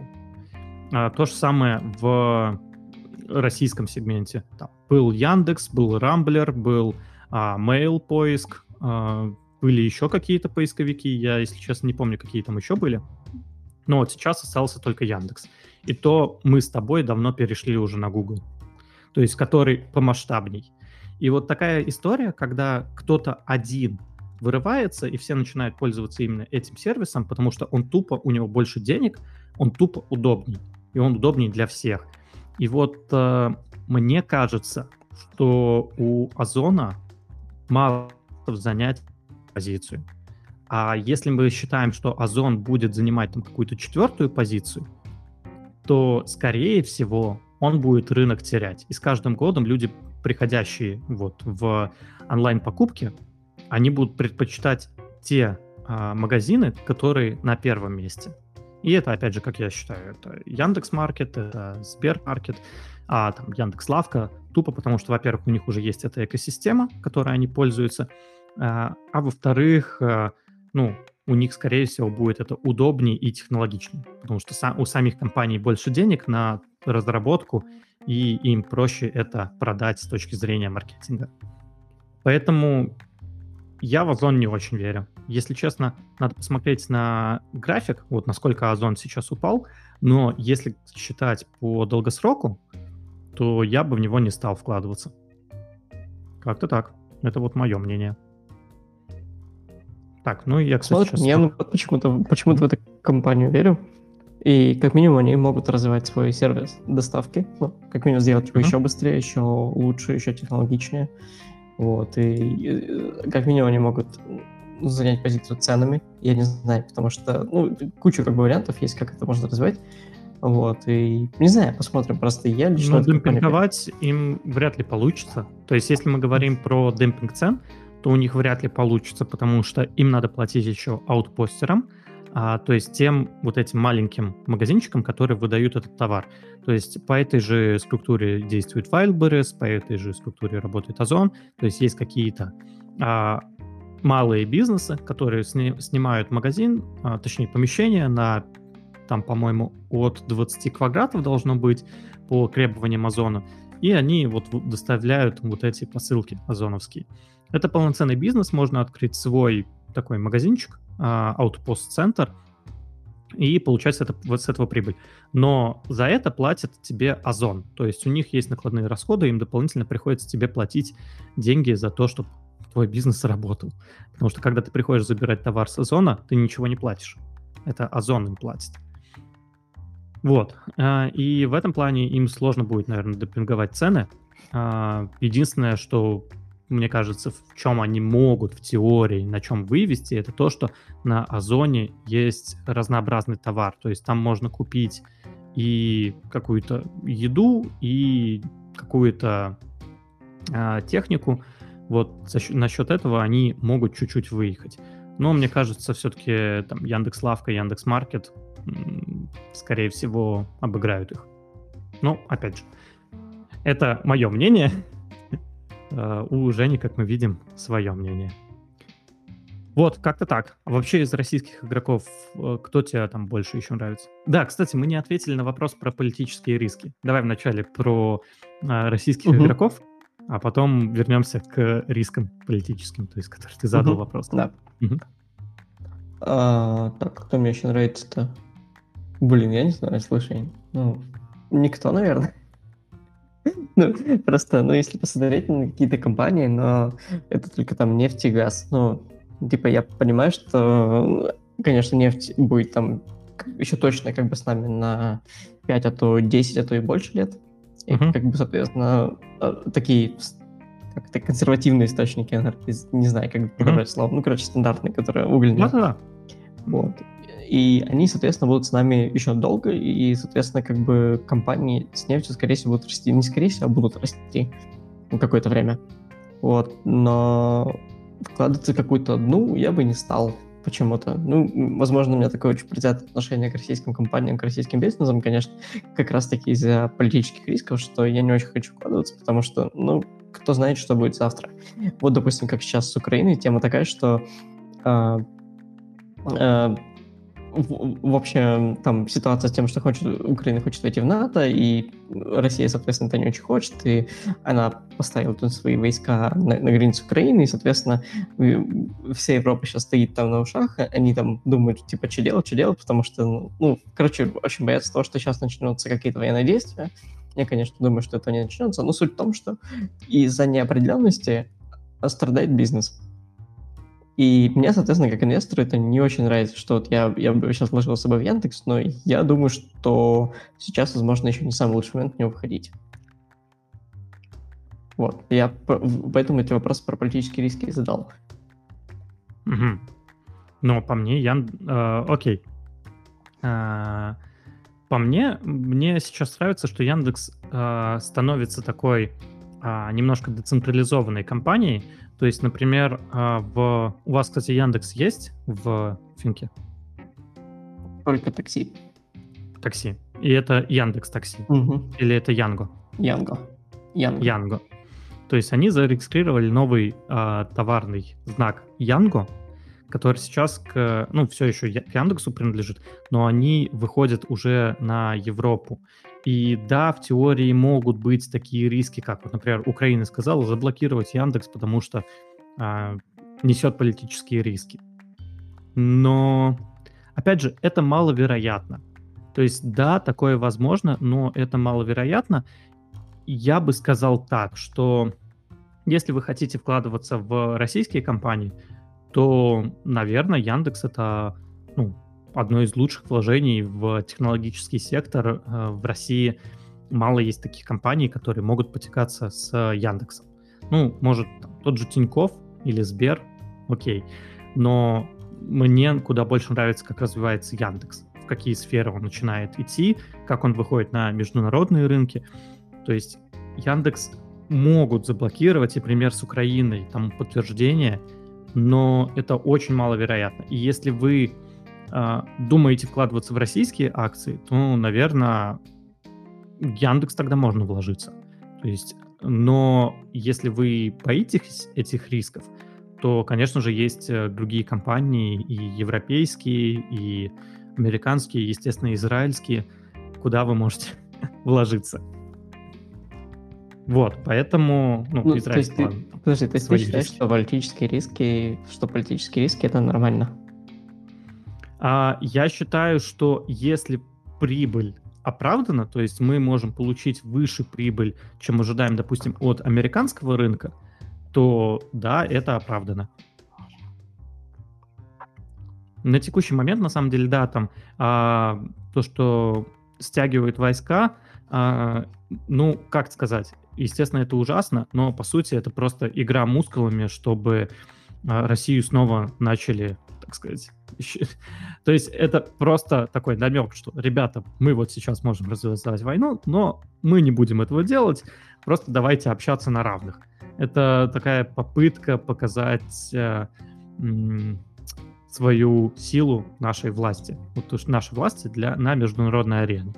То же самое в российском сегменте. Там был Яндекс, был Рамблер, был Mail поиск, были еще какие-то поисковики, я, если честно, не помню, какие там еще были. Но вот сейчас остался только Яндекс. И то мы с тобой давно перешли уже на Google, то есть который помасштабней. И вот такая история, когда кто-то один вырывается, и все начинают пользоваться именно этим сервисом, потому что он тупо, у него больше денег, он тупо удобней, и он удобней для всех. И вот мне кажется, что у Озона мало занять позицию. А если мы считаем, что Озон будет занимать там какую-то 4-ю позицию, то, скорее всего, он будет рынок терять. И с каждым годом люди, приходящие вот в онлайн-покупки, они будут предпочитать те магазины, которые на первом месте. И это, опять же, как я считаю, это Яндекс.Маркет, это Сбермаркет, там Яндекс.Лавка, тупо потому что, во-первых, у них уже есть эта экосистема, которой они пользуются, а во-вторых, ну, у них, скорее всего, будет это удобнее и технологичнее, потому что у самих компаний больше денег на разработку, и им проще это продать с точки зрения маркетинга. Поэтому я в Озон не очень верю. Если честно, надо посмотреть на график, вот насколько Озон сейчас упал, но если считать по долгосроку, то я бы в него не стал вкладываться. Как-то так. Это вот мое мнение. Так, ну я, кстати, Смотрим, сейчас... я почему-то в эту компанию верю. И как минимум они могут развивать свой сервис доставки. Ну, как минимум сделать его еще быстрее, еще лучше, еще технологичнее. Вот. И как минимум они могут занять позицию ценами. Я не знаю, потому что, ну, куча как бы вариантов есть, как это можно развивать. Вот, и не знаю, посмотрим. Просто я лично Но эту компанию... демпинговать им вряд ли получится. То есть, если мы говорим про демпинг цен, то у них вряд ли получится, потому что им надо платить еще аутпостерам, то есть тем вот этим маленьким магазинчикам, которые выдают этот товар. То есть по этой же структуре действует Wildberries, по этой же структуре работает Озон. То есть есть какие-то малые бизнесы, которые снимают магазин, точнее помещение на, там, по-моему, от 20 квадратов должно быть по требованиям Озона, и они вот доставляют вот эти посылки озоновские. Это полноценный бизнес, можно открыть свой такой магазинчик, аутпост-центр, и получать вот с этого прибыль. Но за это платит тебе Озон. То есть у них есть накладные расходы, им дополнительно приходится тебе платить деньги за то, чтобы твой бизнес работал. Потому что когда ты приходишь забирать товар с Озона, ты ничего не платишь. Это Озон им платит. Вот. И в этом плане им сложно будет, наверное, демпинговать цены. Единственное, что, мне кажется, в чем они могут в теории, на чем вывести, это то, что на Озоне есть разнообразный товар. То есть там можно купить и какую-то еду, и какую-то технику. Вот насчет этого они могут чуть-чуть выехать. Но мне кажется, все-таки там Яндекс.Лавка, Яндекс.Маркет, скорее всего, обыграют их. Но, опять же, это мое мнение. У Жени, как мы видим, свое мнение. Вот, как-то так. А вообще из российских игроков кто тебе там больше еще нравится? Да, кстати, мы не ответили на вопрос про политические риски. Давай вначале про российских игроков, а потом вернемся к рискам политическим, то есть, которые ты задал вопрос. Да. Так, кто мне еще нравится-то? Блин, я не знаю, слушай. Ну, никто, наверное. Ну, просто, если посмотреть на какие-то компании, но это только там нефть и газ. Ну, типа, я понимаю, что, конечно, нефть будет там еще точно как бы с нами на 5, а то 10, а то и больше лет. И как бы, соответственно, такие как-то консервативные источники энергии, не знаю, как подобрать слово. Ну, короче, стандартные, которые угольные. Да-да-да. Вот. И они, соответственно, будут с нами еще долго, и, соответственно, как бы компании с нефтью, скорее всего, будут расти. Не скорее всего, а будут расти какое-то время. Вот. Но вкладываться в какую-то одну я бы не стал почему-то. Ну, возможно, у меня такое очень предвзятое отношение к российским компаниям, к российским бизнесам, конечно, как раз-таки из-за политических рисков, что я не очень хочу вкладываться, потому что, ну, кто знает, что будет завтра. Вот, допустим, как сейчас с Украиной, тема такая, что в общем, там ситуация с тем, что Украина хочет войти в НАТО, и Россия, соответственно, это не очень хочет, и она поставила тут свои войска на границу Украины, и, соответственно, вся Европа сейчас стоит там на ушах, они там думают, типа, что делать, потому что, короче, очень боятся того, что сейчас начнутся какие-то военные действия. Я, конечно, думаю, что это не начнется, но суть в том, что из-за неопределенности страдает бизнес. И мне, соответственно, как инвестору это не очень нравится, что вот я бы сейчас вложил с собой в Яндекс, но я думаю, что сейчас, возможно, еще не самый лучший момент в него входить. Вот. Я поэтому эти вопросы про политические риски задал. Угу. Но по мне, окей. По мне сейчас нравится, что Яндекс становится такой немножко децентрализованной компанией. То есть, например, у вас, кстати, Яндекс есть в Финке? Только такси. Такси. И это Яндекс Такси? Или это Янго? Янго. То есть они зарегистрировали новый товарный знак Янго, который сейчас все еще к Яндексу принадлежит, но они выходят уже на Европу. И да, в теории могут быть такие риски, как, вот, например, Украина сказала заблокировать Яндекс, потому что несет политические риски. Но, опять же, это маловероятно. То есть, да, такое возможно, но это маловероятно. Я бы сказал так, что если вы хотите вкладываться в российские компании, то, наверное, Яндекс — это одно из лучших вложений в технологический сектор. В России мало есть таких компаний, которые могут потягаться с Яндексом. Может, тот же Тинькофф или Сбер, окей. Но мне куда больше нравится, как развивается Яндекс. какие сферы он начинает идти, как он выходит на международные рынки. То есть Яндекс могут заблокировать, и пример с Украиной, там подтверждение, но это очень маловероятно. И если вы думаете вкладываться в российские акции, то, наверное, Яндекс тогда можно вложиться. То есть, но если вы боитесь этих рисков, то, конечно же, есть другие компании, и европейские, и американские, естественно, израильские, куда вы можете вложиться. Вот, поэтому, то есть ты, подожди, то есть ты считаешь, что политические риски это нормально? Я считаю, что если прибыль оправдана, то есть мы можем получить выше прибыль, чем ожидаем, допустим, от американского рынка, то да, это оправдано. На текущий момент, на самом деле, да, там то, что стягивают войска, ну, как сказать, естественно, это ужасно, но, по сути, это просто игра мускулами, чтобы Россию снова начали, так сказать... То есть это просто такой намек, что, ребята, мы вот сейчас можем развязать войну, но мы не будем этого делать, просто давайте общаться на равных. Это такая попытка показать свою силу нашей власти. Вот то, что нашей власти на международной арене.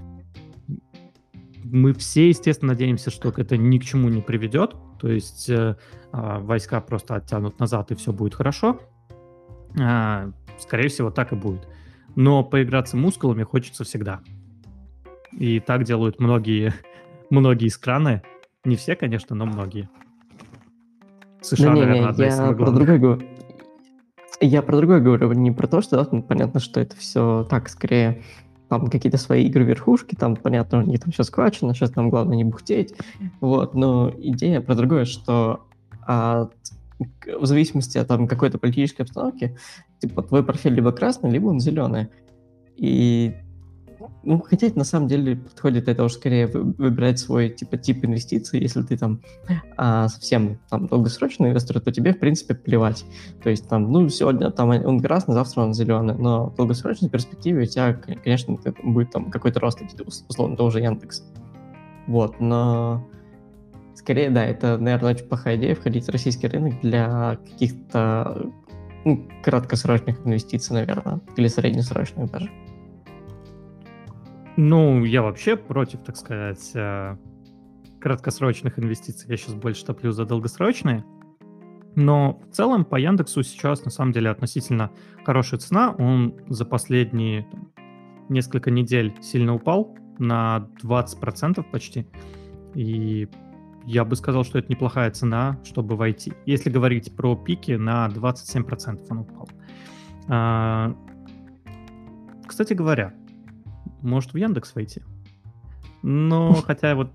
Мы все, естественно, надеемся, что это ни к чему не приведет, то есть войска просто оттянут назад, и все будет хорошо. Скорее всего, так и будет. Но поиграться мускулами хочется всегда. И так делают многие страны. Не все, конечно, но многие. США, наверное, одна из самых главных. Я про другое говорю, не про то, что понятно, что это все так, скорее, там какие-то свои игры верхушки, там, понятно, у них там все сквачено, сейчас там главное не бухтеть, вот, но идея про другое, что в зависимости от там какой-то политической обстановки, типа, твой профиль либо красный, либо он зеленый, и ну, хотя это на самом деле подходит для того, скорее выбирать свой тип инвестиций. Если ты там совсем там долгосрочный инвестор, то тебе, в принципе, плевать. То есть там, ну, сегодня там он красный, завтра он зеленый, но в долгосрочной перспективе у тебя, конечно, будет там какой-то рост, условно, того же Яндекс. Вот, но скорее, да, это, наверное, очень плохая идея входить в российский рынок для каких-то краткосрочных инвестиций, наверное, или среднесрочных даже. Ну, я вообще против, так сказать, краткосрочных инвестиций. Я сейчас больше топлю за долгосрочные. Но в целом по Яндексу сейчас на самом деле относительно хорошая цена. Он за последние несколько недель сильно упал на 20% почти. И я бы сказал, что это неплохая цена, чтобы войти. Если говорить про пики, на 27% он упал. Кстати говоря, может в Яндекс войти. Но хотя вот...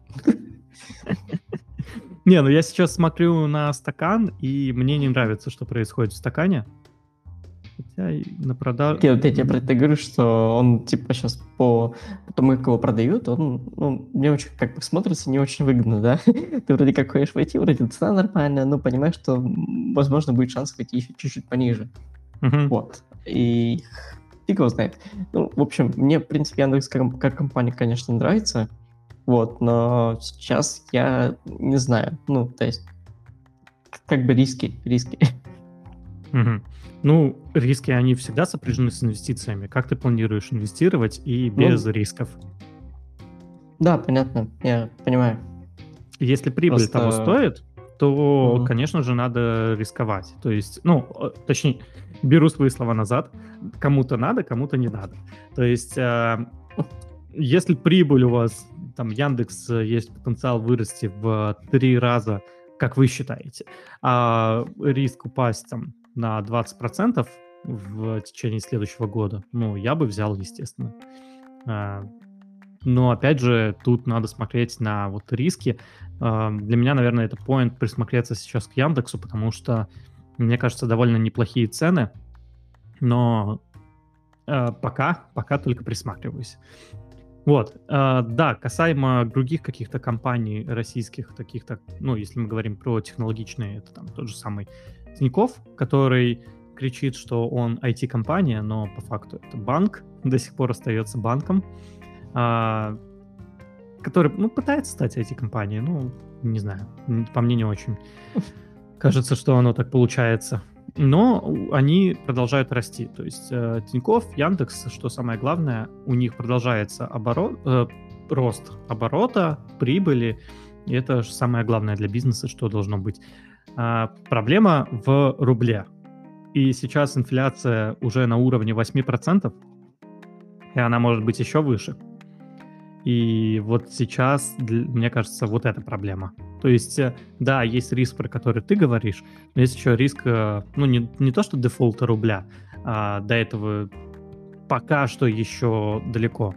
Не, ну я сейчас смотрю на стакан, и мне не нравится, что происходит в стакане. Хотя на продажу... Я тебе про это говорю, что он типа сейчас по тому, как его продают, он, ну, мне очень как бы смотрится не очень выгодно, да? Ты вроде как хочешь войти, вроде цена нормальная, но понимаешь, что, возможно, будет шанс войти еще чуть-чуть пониже. Вот. И... Фиг его знает. Ну, в общем, мне, в принципе, Яндекс как компания, конечно, нравится, вот, но сейчас я не знаю, ну, то есть, как бы риски. Ну, риски, они всегда сопряжены с инвестициями. Как ты планируешь инвестировать и без рисков? Да, понятно, я понимаю. Если прибыль того стоит, то, конечно же, надо рисковать. То есть, ну, точнее, беру свои слова назад. Кому-то надо, кому-то не надо. То есть, если прибыль у вас, там, Яндекс, есть потенциал вырасти в 3 раза, как вы считаете, а риск упасть там на 20% в течение следующего года, ну, я бы взял, естественно. Но, опять же, тут надо смотреть на вот риски. Для меня, наверное, это поинт присмотреться сейчас к Яндексу, потому что, мне кажется, довольно неплохие цены, но пока только присматриваюсь. Вот, да, касаемо других каких-то компаний российских, таких-то, ну, если мы говорим про технологичные, это там тот же самый Тинькофф, который кричит, что он IT-компания, но по факту это банк, до сих пор остается банком, который, пытается стать IT-компанией, не знаю, по мне не очень. Кажется, что оно так получается. Но они продолжают расти. То есть Тинькофф, Яндекс, что самое главное, у них продолжается рост оборота, прибыли. И это же самое главное для бизнеса, что должно быть. Проблема в рубле. И сейчас инфляция уже на уровне 8%, и она может быть еще выше. И вот сейчас, мне кажется, вот эта проблема. То есть, да, есть риск, про который ты говоришь, но есть еще риск, не то что дефолта рубля, до этого пока что еще далеко,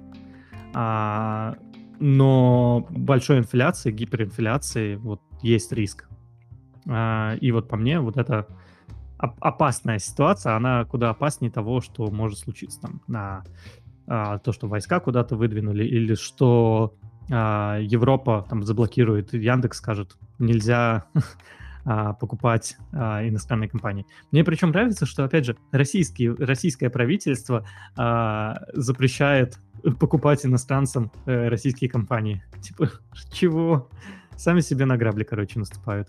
но большой инфляции, гиперинфляции, вот есть риск. И вот по мне, вот эта опасная ситуация, она куда опаснее того, что может случиться там то, что войска куда-то выдвинули, или что Европа там заблокирует, Яндекс скажет, нельзя покупать иностранные компании. Мне причем нравится, что, опять же, российское правительство запрещает покупать иностранцам российские компании. Типа, чего? Сами себе на грабли, короче, наступают.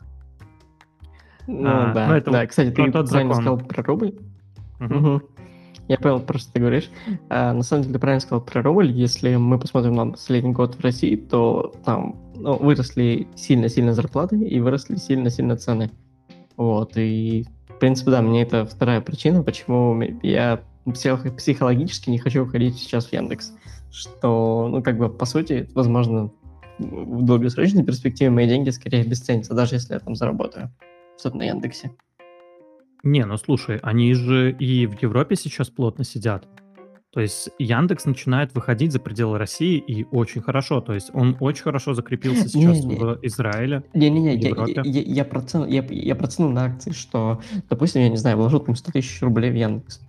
Да, кстати, ты тот правильно закон. сказал про рубль. Угу. Я понял, про что ты говоришь. На самом деле, ты правильно сказал про рубль. Если мы посмотрим на последний год в России, то там выросли сильно-сильно зарплаты и выросли сильно-сильно цены. Вот, и, в принципе, да, мне это вторая причина, почему я психологически не хочу уходить сейчас в Яндекс. Что, по сути, возможно, в долгосрочной перспективе мои деньги скорее обесценятся, даже если я там заработаю что-то на Яндексе. Не, слушай, они же и в Европе сейчас плотно сидят. То есть Яндекс начинает выходить за пределы России и очень хорошо. То есть он очень хорошо закрепился сейчас в Израиле, в Европе. Я про цену на акции, что, допустим, я не знаю, вложу там 100 тысяч рублей в Яндекс,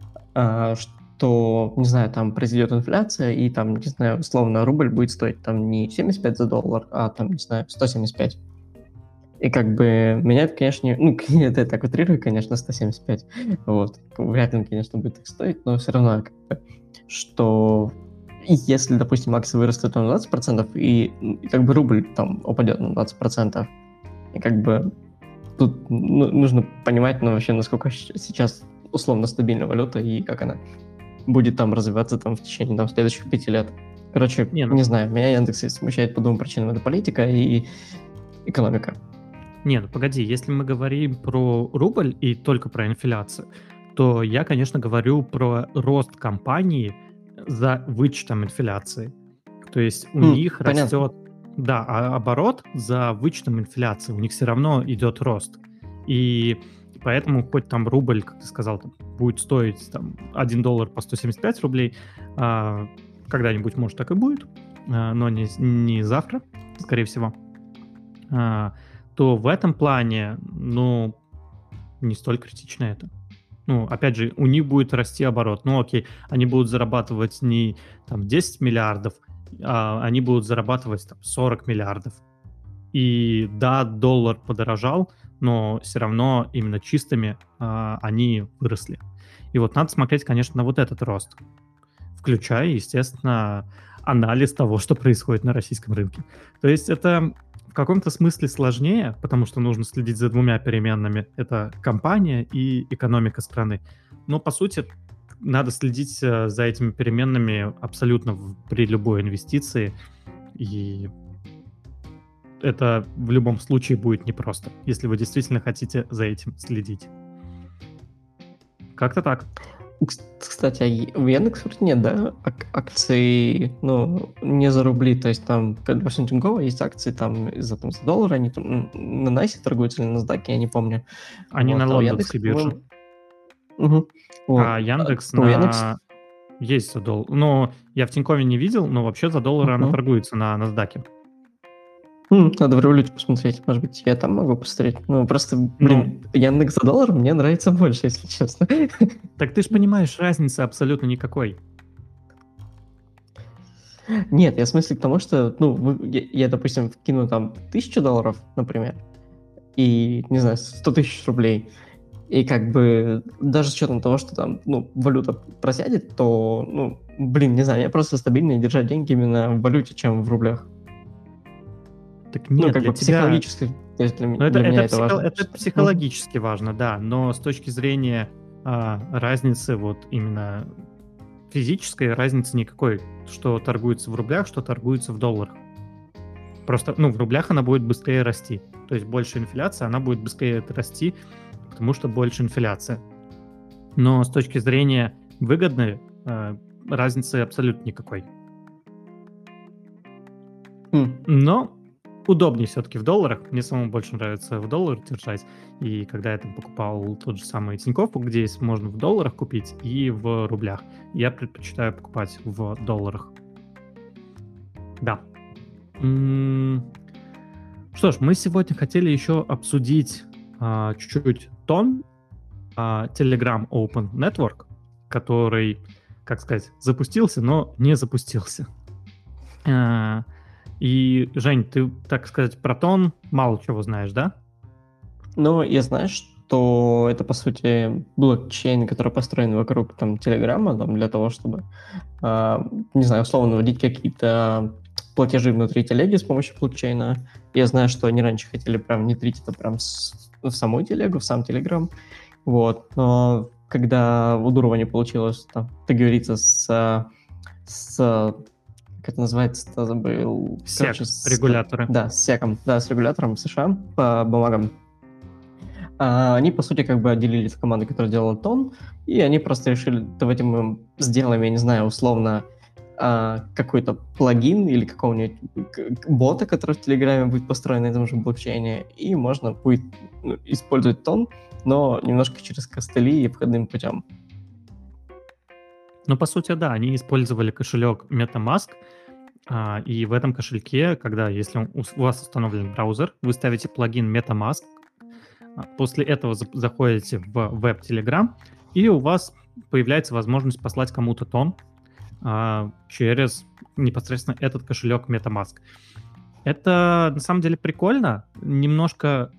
что, не знаю, там произойдет инфляция, и там, не знаю, условно, рубль будет стоить там не 75 за доллар, а там, не знаю, 175. И меня это, конечно, это я так утрирую, конечно, 175. Вот. Вряд ли он, конечно, будет так стоить, но все равно, что если, допустим, акции вырастут на 20%, и рубль там упадет на 20%, и тут нужно понимать, вообще, насколько сейчас условно стабильна валюта, и как она будет там развиваться там в течение там следующих 5 лет. Короче, не знаю, меня Яндекс смущает по двум причинам. Это политика и экономика. Погоди, если мы говорим про рубль и только про инфляцию, то я, конечно, говорю про рост компании за вычетом инфляции. То есть у них растет, да, оборот за вычетом инфляции, у них все равно идет рост. И поэтому хоть там рубль, как ты сказал, там, будет стоить там, $1 по 175 рублей, когда-нибудь, может, так и будет, но не завтра, скорее всего, то в этом плане, не столь критично это. Опять же, у них будет расти оборот. Окей, они будут зарабатывать не там 10 миллиардов, а они будут зарабатывать там 40 миллиардов. И да, доллар подорожал, но все равно именно чистыми они выросли. И вот надо смотреть, конечно, на вот этот рост, включая, естественно, анализ того, что происходит на российском рынке. То есть это в каком-то смысле сложнее, потому что нужно следить за двумя переменными. Это компания и экономика страны. Но, по сути, надо следить за этими переменными абсолютно при любой инвестиции. И это в любом случае будет непросто, если вы действительно хотите за этим следить. Как-то так. Кстати, в Яндекс нет, да, акций, не за рубли, то есть там, допустим, Тинькова есть акции там за доллар, они там на Найсе торгуются или на NASDAQ, я не помню. Они на лондонской бирже. А Яндекс есть за доллар. Но я в Тинькове не видел, но вообще за доллар она торгуется на NASDAQ. Надо в революте посмотреть. Может быть, я там могу посмотреть. Просто, Яндекс за доллар мне нравится больше, если честно. Так ты же понимаешь, разницы абсолютно никакой. Нет, я в смысле к тому, что, я, допустим, вкину там $1000, например, и, не знаю, 100 тысяч рублей, И как бы даже с учетом того, что там, ну, валюта просядет, то, ну, блин, не знаю, мне просто стабильнее держать деньги именно в валюте, чем в рублях. Так Ну, нет, как для бы тебя... психологически, то есть Ну, для меня это важно. это психологически важно, да, но с точки зрения разницы вот именно физической разницы никакой, что торгуется в рублях, что торгуется в долларах. Просто, ну, в рублях она будет быстрее расти. То есть больше инфляция, она будет быстрее расти, потому что больше инфляция. Но с точки зрения выгодной разницы абсолютно никакой. Но удобнее все-таки в долларах. Мне самому больше нравится в долларах держать. И когда я там покупал тот же самый Тинькофф, где есть можно в долларах купить и в рублях, я предпочитаю покупать в долларах. Да. Что ж, мы сегодня хотели еще обсудить чуть-чуть тон Telegram Open Network, который, как сказать, запустился, но не запустился. И, Жень, ты, так сказать, про тон мало чего знаешь, да? Ну, я знаю, что это, по сути, блокчейн, который построен вокруг там Телеграма, там, для того, чтобы, не знаю, условно вводить какие-то платежи внутри телеги с помощью блокчейна. Я знаю, что они раньше хотели прям внедрить это прям в саму телегу, в сам Телеграм. Вот. Но когда у Дурова не получилось там договориться с как это называется, забыл. SEC, Короче, регуляторы. да, с SEC, да, с регулятором США по бумагам. Они, по сути, как бы отделились от команды, которая делала тон, и они просто решили, давайте мы сделаем, я не знаю, условно, какой-то плагин или какого-нибудь бота, который в Телеграме будет построен на этом же блокчейне, и можно будет использовать тон, но немножко через костыли и обходным путем. Ну, по сути, да, они использовали кошелек MetaMask, и в этом кошельке, если у вас установлен браузер, вы ставите плагин MetaMask, после этого заходите в веб Telegram, и у вас появляется возможность послать кому-то тон через непосредственно этот кошелек MetaMask. Это на самом деле прикольно, немножко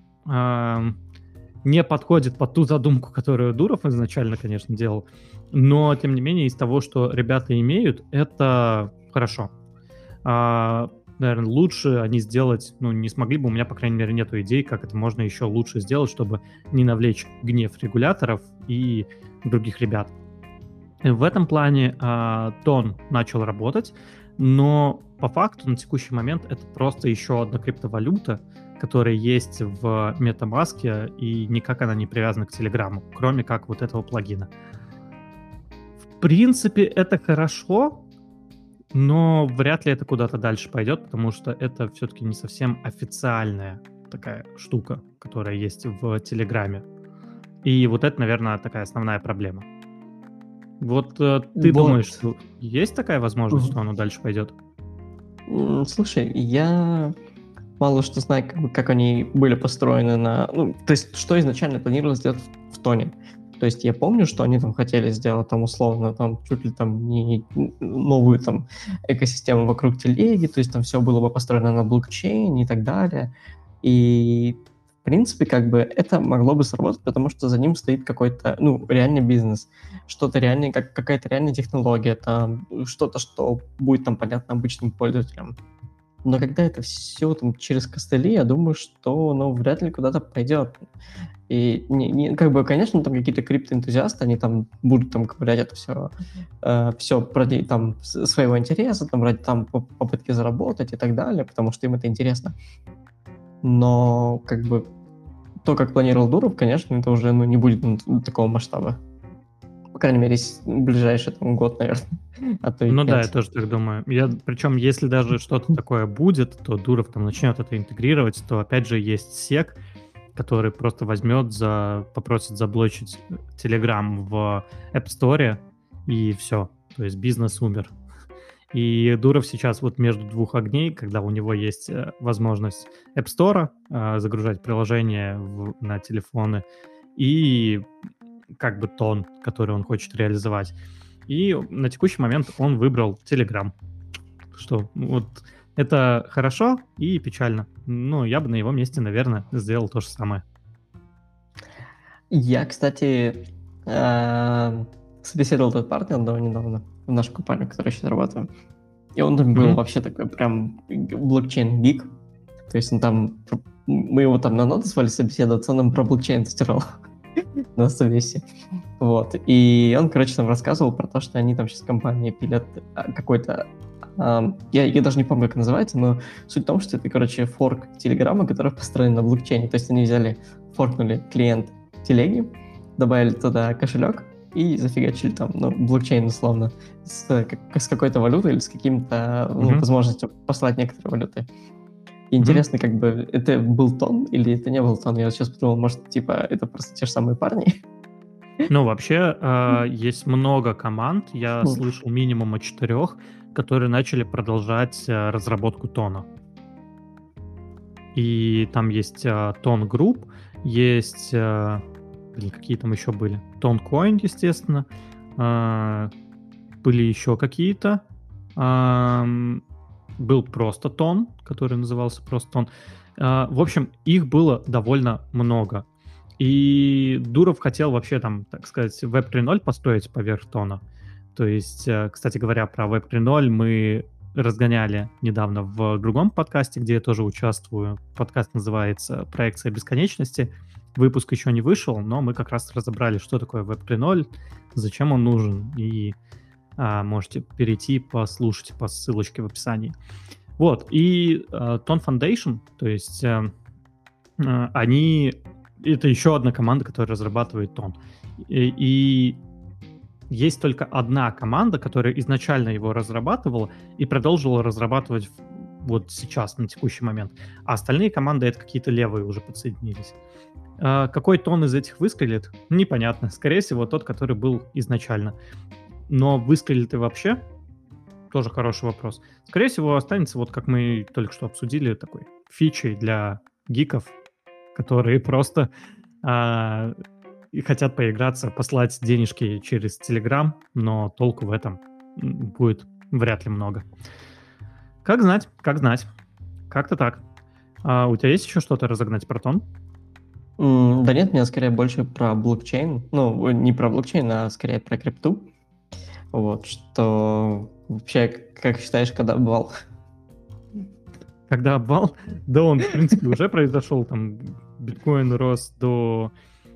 не подходит под ту задумку, которую Дуров изначально, конечно, делал, но, тем не менее, из того, что ребята имеют, это хорошо. Наверное, лучше они сделать, не смогли бы, у меня, по крайней мере, нету идей, как это можно еще лучше сделать, чтобы не навлечь гнев регуляторов и других ребят. В этом плане тон начал работать, но по факту на текущий момент это просто еще одна криптовалюта, которая есть в MetaMask, и никак она не привязана к Телеграму, кроме как вот этого плагина. В принципе, это хорошо, но вряд ли это куда-то дальше пойдет, потому что это все-таки не совсем официальная такая штука, которая есть в Телеграме. И вот это, наверное, такая основная проблема. Вот ты думаешь, что есть такая возможность, что оно дальше пойдет? Слушай, я мало что знаю, как они были построены то есть, что изначально планировалось сделать в тоне. То есть я помню, что они там хотели сделать там условно там чуть ли там не новую там экосистему вокруг телеги, то есть там все было бы построено на блокчейне и так далее. И в принципе, как бы это могло бы сработать, потому что за ним стоит какой-то, реальный бизнес, что-то реальное, какая-то реальная технология, там, что-то, что будет там понятно обычным пользователям. Но когда это все там через костыли, я думаю, что вряд ли куда-то пойдет. И как бы, конечно, там какие-то криптоэнтузиасты, они там будут там ковырять это все ради там своего интереса, там ради там попытки заработать и так далее, потому что им это интересно. Но как бы то, как планировал Дуров, конечно, это уже не будет такого масштаба. По крайней мере, ближайший год, наверное. А то и Ну нет. да, я тоже так думаю. Причем, если даже что-то такое будет, то Дуров там начнет это интегрировать, то опять же есть SEC, который просто попросит заблочить Telegram в App Store, и все. То есть бизнес умер. И Дуров сейчас вот между двух огней, когда у него есть возможность App Store загружать приложения на телефоны и как бы тон, который он хочет реализовать. И на текущий момент он выбрал Telegram. Что вот это хорошо и печально. Я бы на его месте, наверное, сделал то же самое. Я, кстати, собеседовал этот партнер недавно в нашу компанию, в которой я сейчас работаю. И он там был вообще такой прям блокчейн-гик. То есть он там... Мы его там на ноты звали собеседоваться, он нам про блокчейн стирал на совесе. Вот. И он, короче, нам рассказывал про то, что они там сейчас компания пилят какой-то... Я даже не помню, как называется, но суть в том, что это, короче, форк Телеграма, который построен на блокчейне. То есть они форкнули клиент телеги, добавили туда кошелек и зафигачили там, блокчейн условно, с какой-то валютой или с каким-то возможностью послать некоторые валюты. И интересно, как бы, это был тон или это не был тон? Я сейчас подумал, может, типа, это просто те же самые парни? Ну, вообще, есть много команд, я слышал минимум о 4, которые начали продолжать разработку тона. И там есть Tone Group, есть... какие там еще были? Toncoin, естественно. Были еще какие-то. Был просто Тон, который назывался просто Тон. В общем, их было довольно много. И Дуров хотел вообще там, так сказать, Web 3.0 построить поверх Тона. То есть, кстати говоря, про Web 3.0 мы разгоняли недавно в другом подкасте, где я тоже участвую. Подкаст называется «Проекция бесконечности». Выпуск еще не вышел, но мы как раз разобрали, что такое Web 3.0, зачем он нужен, и можете перейти, послушать по ссылочке в описании. Вот, и Tone Foundation, то есть они... Это еще одна команда, которая разрабатывает Tone. И есть только одна команда, которая изначально его разрабатывала и продолжила разрабатывать вот сейчас, на текущий момент. А остальные команды — это какие-то левые уже подсоединились. Какой тон из этих выстрелит, непонятно. Скорее всего, тот, который был изначально. Но выстрелит ли вообще? Тоже хороший вопрос. Скорее всего, останется, вот как мы только что обсудили, такой фичей для гиков, которые просто хотят поиграться, послать денежки через Telegram, но толку в этом будет вряд ли много. Как знать, как знать. Как-то так. У тебя есть еще что-то разогнать про тон? Да нет, мне скорее больше про блокчейн. Ну, не про блокчейн, а скорее про крипту. Вот, что вообще, как считаешь, когда обвал? Когда обвал? Да он, в принципе, уже произошел. Там биткоин рос до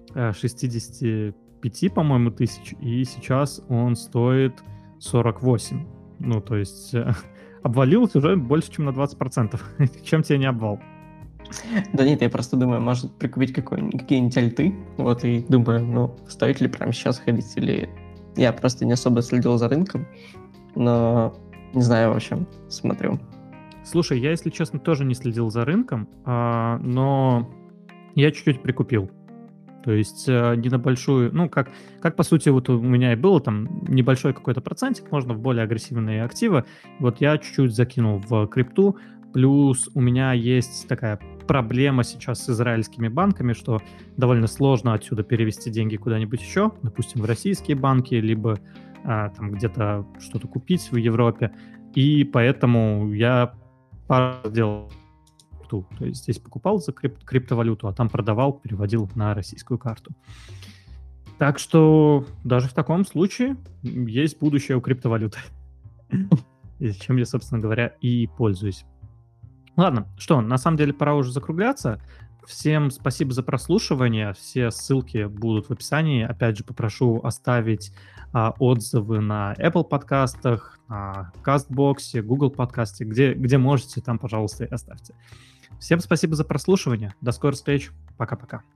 65, по-моему, тысяч, и сейчас он стоит 48. Ну, то есть обвалился уже больше, чем на 20%. Чем тебе не обвал? Да нет, я просто думаю, может прикупить какие-нибудь альты, вот, и думаю, стоит ли прямо сейчас ходить, или... Я просто не особо следил за рынком, но не знаю, в общем, смотрю. Слушай, я, если честно, тоже не следил за рынком, но я чуть-чуть прикупил. То есть не на большую... Ну, как по сути вот у меня и было, там небольшой какой-то процентик, можно в более агрессивные активы. Вот я чуть-чуть закинул в крипту, плюс у меня есть такая проблема сейчас с израильскими банками, что довольно сложно отсюда перевести деньги куда-нибудь еще, допустим, в российские банки, либо там где-то что-то купить в Европе. И поэтому я сделал крипту. То есть здесь покупал за криптовалюту, а там продавал, переводил на российскую карту. Так что даже в таком случае есть будущее у криптовалюты. Чем я, собственно говоря, и пользуюсь. Ладно, что, на самом деле пора уже закругляться. Всем спасибо за прослушивание. Все ссылки будут в описании. Опять же, попрошу оставить отзывы на Apple подкастах, на CastBox, Google подкасте, где можете, там, пожалуйста, и оставьте. Всем спасибо за прослушивание. До скорых встреч. Пока-пока.